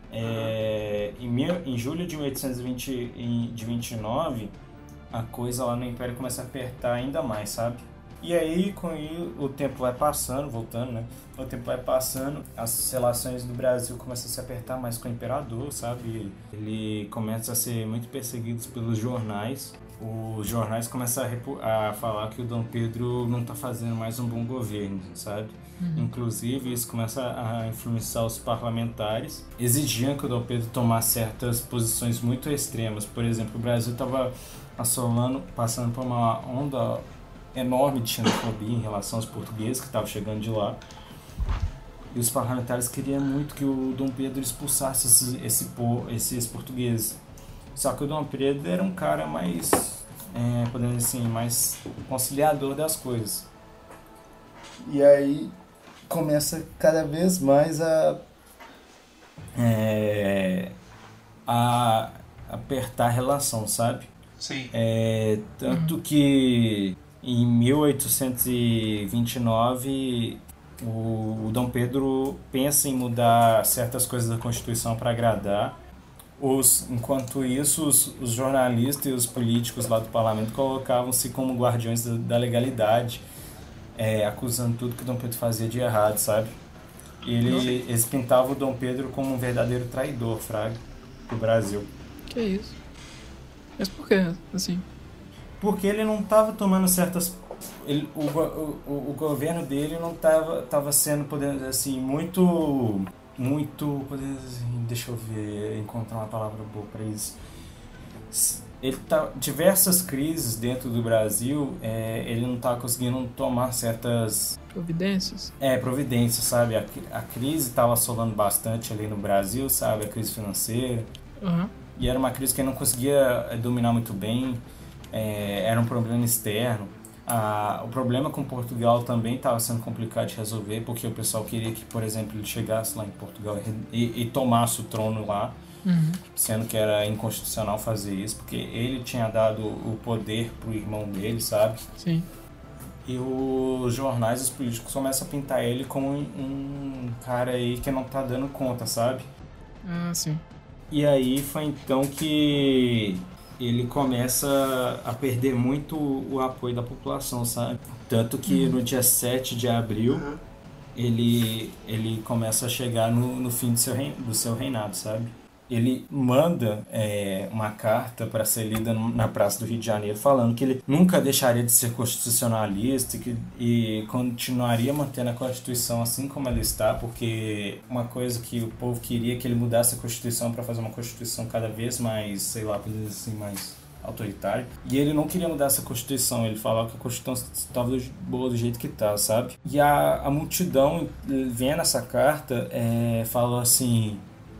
Em julho de 1829, a coisa lá no Império começa a apertar ainda mais, sabe? E aí, o tempo vai passando, voltando, né? O tempo vai passando, as relações do Brasil começam a se apertar mais com o imperador, sabe? Ele começa a ser muito perseguido pelos jornais. Os jornais começam a falar que o Dom Pedro não está fazendo mais um bom governo, sabe? Inclusive, isso começa a influenciar os parlamentares, exigiam que o Dom Pedro tomasse certas posições muito extremas. Por exemplo, o Brasil estava passando por uma onda enorme de xenofobia em relação aos portugueses que estavam chegando de lá. E os parlamentares queriam muito que o Dom Pedro expulsasse esses portugueses. Só que o Dom Pedro era um cara mais, podemos dizer assim, mais conciliador das coisas. E aí começa cada vez mais a apertar a relação, sabe? Sim. Tanto que em 1829 o Dom Pedro pensa em mudar certas coisas da Constituição para agradar. Enquanto isso, os jornalistas e os políticos lá do parlamento colocavam-se como guardiões da legalidade, acusando tudo que o Dom Pedro fazia de errado, sabe? Eles pintavam o Dom Pedro como um verdadeiro traidor, fraga, do Brasil. Que isso? Mas por que, assim? Porque ele não estava tomando certas... o governo dele não estava sendo, podemos dizer assim, muito, deixa eu ver, encontrar uma palavra boa para isso. Diversas crises dentro do Brasil, ele não estava conseguindo tomar certas... Providências? Providências, sabe? A crise estava assolando bastante ali no Brasil, sabe? A crise financeira. Uhum. E era uma crise que ele não conseguia dominar muito bem, era um problema externo. O problema com Portugal também estava sendo complicado de resolver, porque o pessoal queria que, por exemplo, ele chegasse lá em Portugal e tomasse o trono lá, sendo que era inconstitucional fazer isso, porque ele tinha dado o poder pro irmão dele, sabe? Sim. E os jornais e os políticos começam a pintar ele como um cara aí que não tá dando conta, sabe? Ah, sim. E aí foi então que ele começa a perder muito o apoio da população, sabe? Tanto que no dia 7 de abril ele começa a chegar no fim do seu reinado, sabe? Ele manda uma carta para ser lida na Praça do Rio de Janeiro, falando que ele nunca deixaria de ser constitucionalista e continuaria mantendo a Constituição assim como ela está, porque uma coisa que o povo queria é que ele mudasse a Constituição para fazer uma Constituição cada vez mais, sei lá, assim, mais autoritária. E ele não queria mudar essa Constituição, ele falava que a Constituição estava boa do jeito que está, sabe? E a multidão, vendo essa carta, falou assim...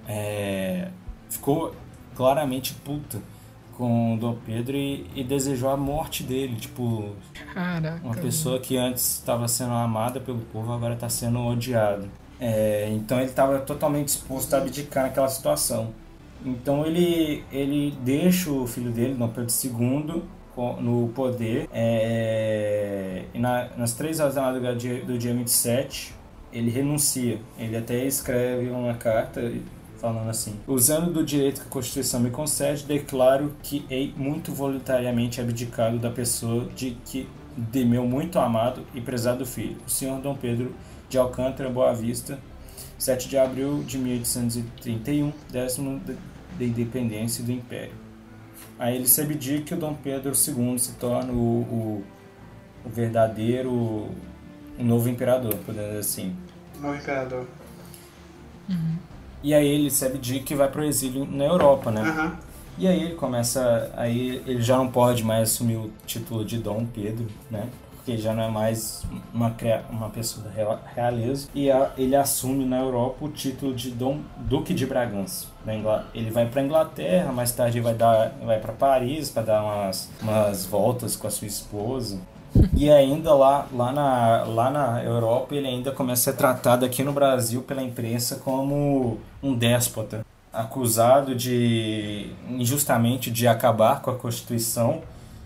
ficou claramente puta com o Dom Pedro e desejou a morte dele, tipo... Caraca. Uma pessoa que antes estava sendo amada pelo povo, agora está sendo odiada. Então ele estava totalmente disposto a abdicar naquela situação. Então ele deixa o filho dele, Dom Pedro II, no poder, e nas 3 horas da madrugada do dia 27, ele renuncia. Ele até escreve uma carta falando assim: usando do direito que a Constituição me concede, declaro que hei muito voluntariamente abdicado da pessoa de meu muito amado e prezado filho, o senhor Dom Pedro de Alcântara, Boa Vista, 7 de abril de 1831, 10º da independência do Império. Aí ele se abdica que o Dom Pedro II se torna o verdadeiro, o novo imperador, podemos dizer assim. Novo imperador. E aí ele se abdica e vai pro exílio na Europa, né? E aí ele começa... Aí ele já não pode mais assumir o título de Dom Pedro, né? Porque já não é mais uma pessoa da realeza. E ele assume na Europa o título de Duque de Bragança. Ele vai pra Inglaterra, mais tarde ele vai pra Paris para dar umas voltas com a sua esposa. E ainda lá na Europa ele ainda começa a ser tratado aqui no Brasil pela imprensa como um déspota, acusado injustamente de acabar com a Constituição.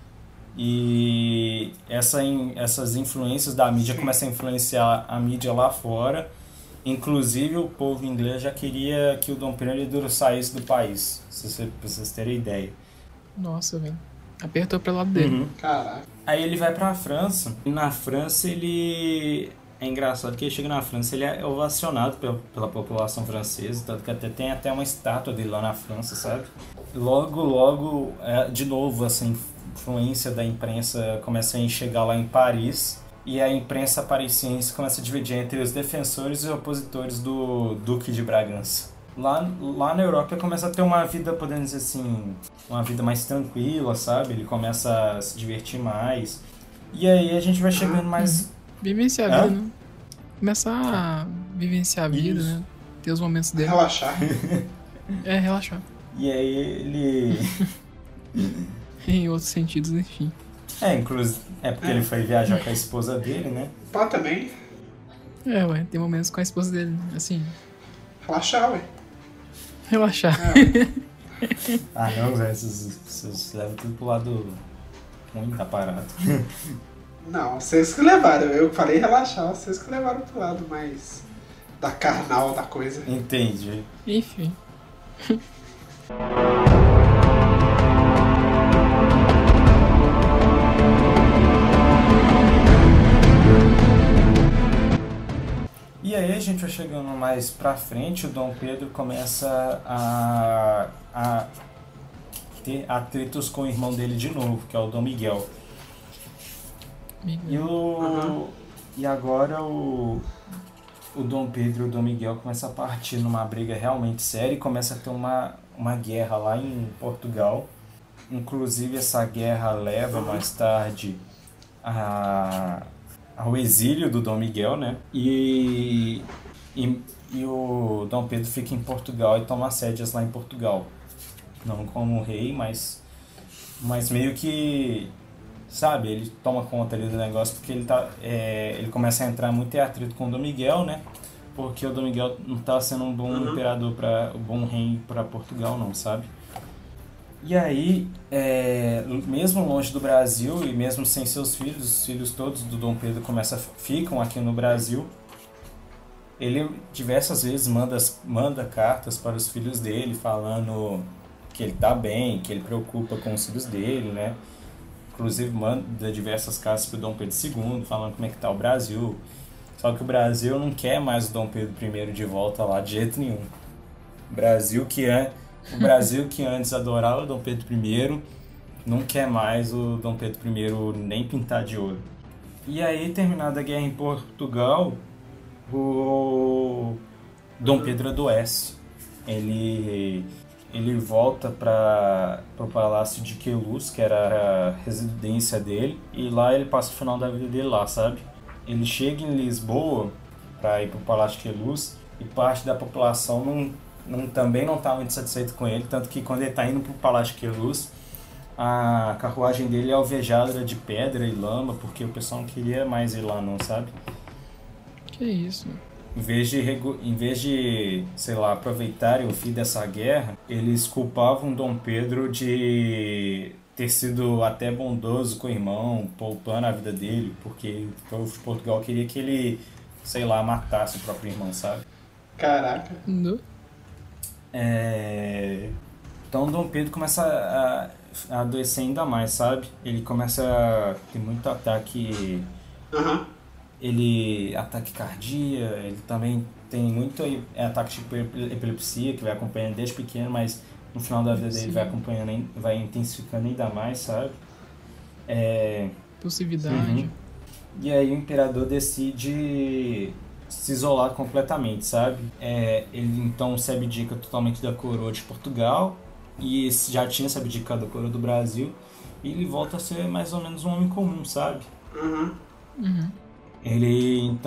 E essas influências da mídia começam a influenciar a mídia lá fora. Inclusive o povo inglês já queria que o Dom Pedro saísse do país, pra vocês terem ideia. Nossa, velho. Apertou pro lado dele. Caraca. Aí ele vai pra França, e na França ele... É engraçado que ele chega na França, ele é ovacionado pela população francesa, tanto que tem até uma estátua dele lá na França, sabe? Logo, de novo, essa influência da imprensa começa a chegar lá em Paris, e a imprensa parisiense começa a dividir entre os defensores e opositores do Duque de Bragança. Lá na Europa ele começa a ter uma vida, podemos dizer assim, uma vida mais tranquila, sabe? Ele começa a se divertir mais. E aí a gente vai chegando mais... Vivenciar a vida, né? Começar a vivenciar a vida, né? Ter os momentos dele. Relaxar. Relaxar. E aí ele... Em outros sentidos, enfim. Inclusive... porque ele foi viajar com a esposa dele, né? Pá, também. Tem momentos com a esposa dele, assim... Relaxar, ué. Relaxar. Ah, não, velho, vocês levam tudo pro lado ruim da parada. Não, vocês que levaram. Eu falei relaxar, vocês que levaram pro lado mais da carnal da coisa. Entendi. Enfim. E aí a gente vai chegando mais pra frente, o Dom Pedro começa a ter atritos com o irmão dele de novo, que é o Dom Miguel. E agora o Dom Pedro e o Dom Miguel começam a partir numa briga realmente séria e começa a ter uma guerra lá em Portugal. Inclusive essa guerra leva mais tarde ao exílio do Dom Miguel, né? E o Dom Pedro fica em Portugal e toma as rédeas lá em Portugal. Não como rei, mas meio que, sabe, ele toma conta ali do negócio porque ele começa a entrar muito em atrito com o Dom Miguel, né? Porque o Dom Miguel não tá sendo um bom imperador, um bom rei para Portugal, não, sabe? E aí, mesmo longe do Brasil e mesmo sem seus filhos, os filhos todos do Dom Pedro ficam aqui no Brasil. Ele diversas vezes manda cartas para os filhos dele, falando que ele tá bem, que ele preocupa com os filhos dele, né? Inclusive manda diversas cartas para o Dom Pedro II, falando como é que tá o Brasil. Só que o Brasil não quer mais o Dom Pedro I de volta lá de jeito nenhum. O Brasil que antes adorava o Dom Pedro I, não quer mais o Dom Pedro I nem pintar de ouro. E aí, terminada a guerra em Portugal, o Dom Pedro adoece. Ele volta para o Palácio de Queluz, que era a residência dele, e lá ele passa o final da vida dele lá, sabe? Ele chega em Lisboa para ir para o Palácio de Queluz e parte da população também não está muito satisfeito com ele, tanto que quando ele está indo para o Palácio de Queluz, a carruagem dele é alvejada de pedra e lama, porque o pessoal não queria mais ir lá não, sabe? Que isso? Em vez de, sei lá, aproveitarem o fim dessa guerra, eles culpavam Dom Pedro de ter sido até bondoso com o irmão, poupando a vida dele, porque o povo de Portugal queria que ele, sei lá, matasse o próprio irmão, sabe? Caraca. Então Dom Pedro começa a adoecer ainda mais, sabe? Ele começa a ter muito ataque... ataque cardíaco, ele também tem muito ataque de epilepsia, que vai acompanhando desde pequeno, mas no final da vida dele vai intensificando ainda mais, sabe? Possibilidade. E aí o imperador decide se isolar completamente, sabe? Ele então se abdica totalmente da coroa de Portugal e já tinha se abdicado da coroa do Brasil e ele volta a ser mais ou menos um homem comum, sabe? Ele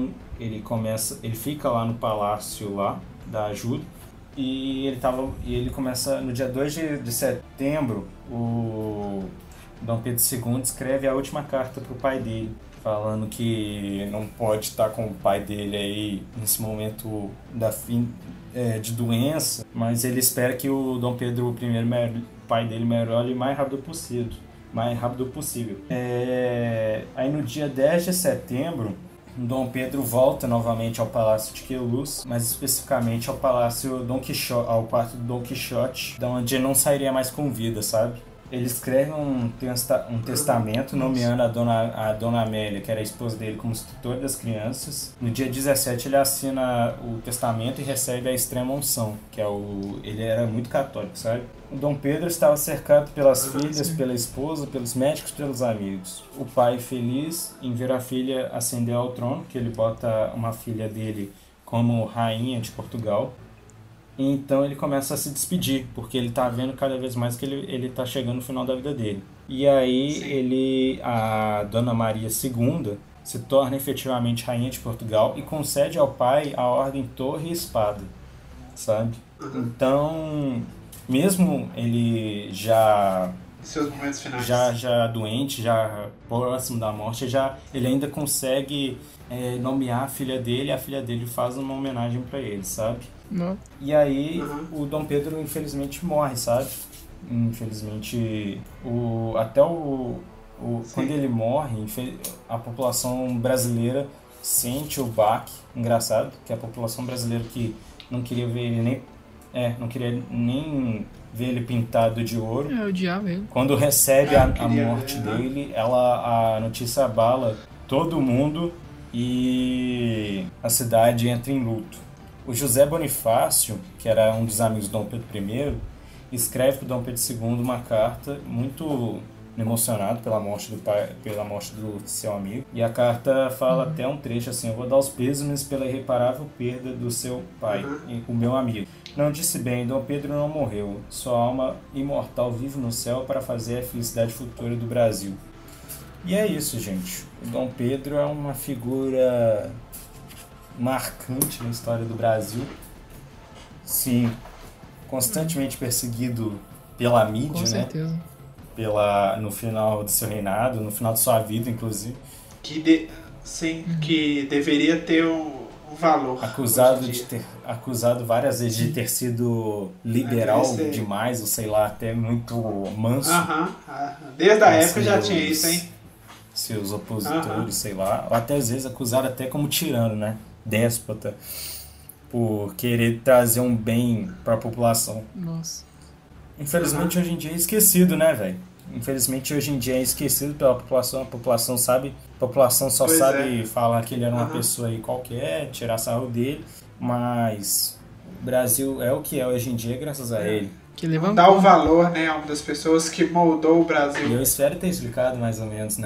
fica lá no palácio lá da Júlia e ele começa no dia 2 de setembro, o Dom Pedro II escreve a última carta pro pai dele, falando que não pode estar com o pai dele aí nesse momento de doença, mas ele espera que o Dom Pedro I, pai dele, melhore o mais rápido possível. Aí no dia 10 de setembro, Dom Pedro volta novamente ao Palácio de Queluz, mais especificamente ao Palácio Dom Quixote, ao quarto do Dom Quixote, da onde ele não sairia mais com vida, sabe? Ele escreve um testamento nomeando a Dona Amélia, que era a esposa dele, como tutora das crianças. No dia 17 ele assina o testamento e recebe a extrema unção, que ele era muito católico, sabe? O Dom Pedro estava cercado pelas filhas, pela esposa, pelos médicos, pelos amigos. O pai feliz em ver a filha ascender ao trono, que ele bota uma filha dele como rainha de Portugal. Então ele começa a se despedir, porque ele tá vendo cada vez mais que ele tá chegando no final da vida dele. E aí a Dona Maria II se torna efetivamente rainha de Portugal e concede ao pai a ordem Torre e Espada, sabe? Então, mesmo ele já seus momentos finais. Já doente, já próximo da morte, ele ainda consegue nomear a filha dele faz uma homenagem pra ele, sabe? Não. E aí o Dom Pedro infelizmente morre, sabe? Infelizmente quando ele morre, a população brasileira sente o baque. Engraçado que a população brasileira que não queria ver ele não queria nem ver ele pintado de ouro. Odiava ele. Quando recebe a morte dele, a notícia abala todo mundo e a cidade entra em luto. O José Bonifácio, que era um dos amigos do Dom Pedro I, escreve para o Dom Pedro II uma carta muito emocionado pela morte do seu amigo. E a carta fala até um trecho assim: eu vou dar os pêsames pela irreparável perda do seu pai, o meu amigo. Não disse bem, Dom Pedro não morreu. Sua alma imortal vive no céu para fazer a felicidade futura do Brasil. E é isso, gente. O Dom Pedro é uma figura marcante na história do Brasil. Sim, constantemente perseguido pela mídia, com certeza. No final do seu reinado, no final de sua vida, inclusive. Que deveria ter um valor. Acusado várias vezes de ter sido liberal demais, ou sei lá, até muito manso. Desde a época já tinha isso, hein? Seus opositores, sei lá. Ou até às vezes acusado até como tirano, né? Déspota. Por querer trazer um bem pra população. Nossa. Infelizmente hoje em dia é esquecido, né, velho? Infelizmente hoje em dia é esquecido pela população. A população só sabe falar que ele era uma pessoa aí qualquer, tirar sarro dele. Mas o Brasil é o que é hoje em dia graças a ele. Que levantou. Dá o valor, né, a uma das pessoas que moldou o Brasil. E eu espero ter explicado mais ou menos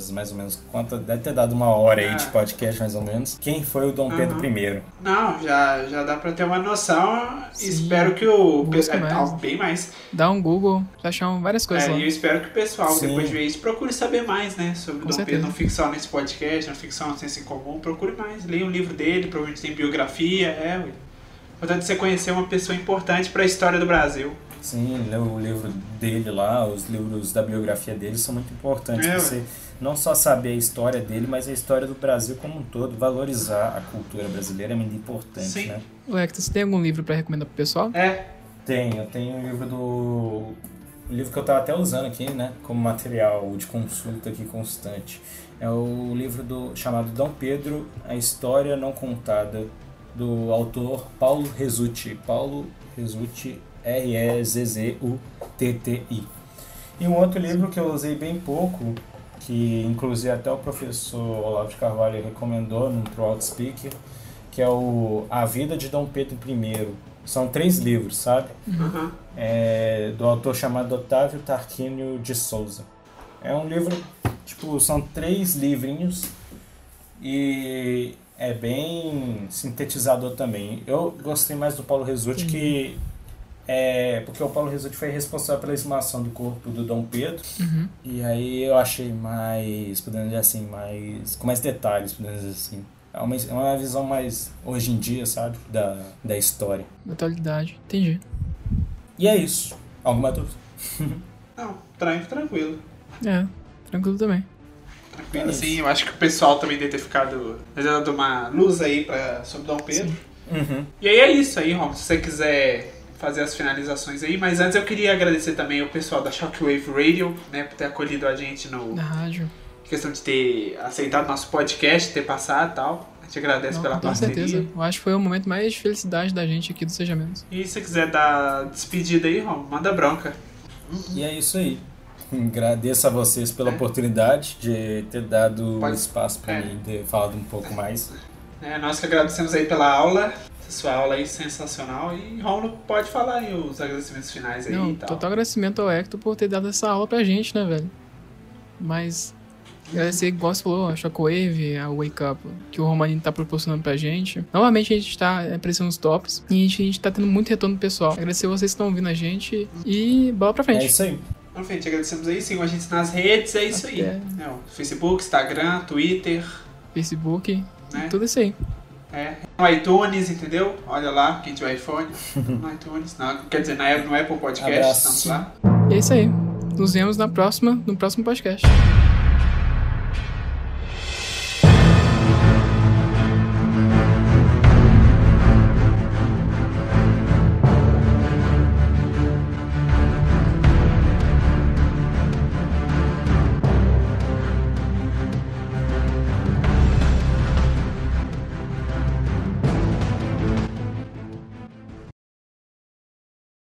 deve ter dado uma hora aí de podcast mais ou menos, quem foi o Dom Pedro I. Não, já dá pra ter uma noção. Sim. Espero que o pessoal bem mais. Dá um Google, já acham várias coisas lá. E eu espero que o pessoal, depois de ver isso, procure saber mais, né, sobre o Dom Pedro, não fique só nesse podcast, não fique só no Senso em Comum, procure mais, leia um livro dele, provavelmente tem biografia, Portanto, você conhecer uma pessoa importante para a história do Brasil. Sim, o livro dele lá, os livros da biografia dele são muito importantes. Você não só saber a história dele, mas a história do Brasil como um todo. Valorizar a cultura brasileira é muito importante, Sim. né? Hector, você tem algum livro para recomendar pro pessoal? Eu tenho um livro o livro que eu tava até usando aqui, né, como material de consulta aqui constante. É o livro chamado Dom Pedro, a História Não Contada, do autor Paulo Rezzutti. Paulo Rezzutti, R-E-Z-Z-U-T-T-I. E um outro livro que eu usei bem pouco, que inclusive até o professor Olavo de Carvalho recomendou no Throughout Speaker, que é A Vida de Dom Pedro I. São 3 livros, sabe? Do autor chamado Otávio Tarquínio de Souza. É um livro, são 3 livrinhos e é bem sintetizador também. Eu gostei mais do Paulo Rezzutti, porque o Paulo Rezzutti foi responsável pela exumação do corpo do Dom Pedro. E aí eu achei mais, podemos dizer assim, com mais detalhes, podemos dizer assim. É uma visão mais hoje em dia, sabe? Da história. Da atualidade. Entendi. E é isso. Alguma dúvida? Não, tranquilo. Tranquilo também. Tranquilo, sim. Eu acho que o pessoal também deve ter ficado dando uma luz aí sobre Dom Pedro. E aí é isso aí, Rom. Se você quiser fazer as finalizações aí. Mas antes eu queria agradecer também o pessoal da Shockwave Radio, né? Por ter acolhido a gente na rádio. Questão de ter aceitado nosso podcast, ter passado e tal. A gente agradece pela parceria. Com certeza. Eu acho que foi o momento mais de felicidade da gente aqui do Seja Menos. E se você quiser dar despedida aí, Rom, manda bronca. E é isso aí. Agradeço a vocês pela oportunidade de ter dado espaço para mim ter falado um pouco mais. Nós que agradecemos aí pela aula. Sua aula aí sensacional. E Romulo pode falar aí os agradecimentos finais aí e tal. Total agradecimento ao Hector por ter dado essa aula pra gente, né, velho? Mas agradecer, igual você falou, a Shockwave, a Wake Up, que o Romanini tá proporcionando pra gente. Novamente a gente tá aparecendo nos tops e a gente tá tendo muito retorno pessoal. Agradecer vocês que estão ouvindo a gente e bola pra frente. É isso aí. Então, frente, agradecemos aí, sigam a gente nas redes, é isso aí. Facebook, Instagram, Twitter. Facebook, tudo isso aí. No iTunes, entendeu? Olha lá, quem tiver iPhone, no iTunes, não, quer dizer, no Apple Podcast, estamos lá. E é isso aí. nos vemos no próximo podcast.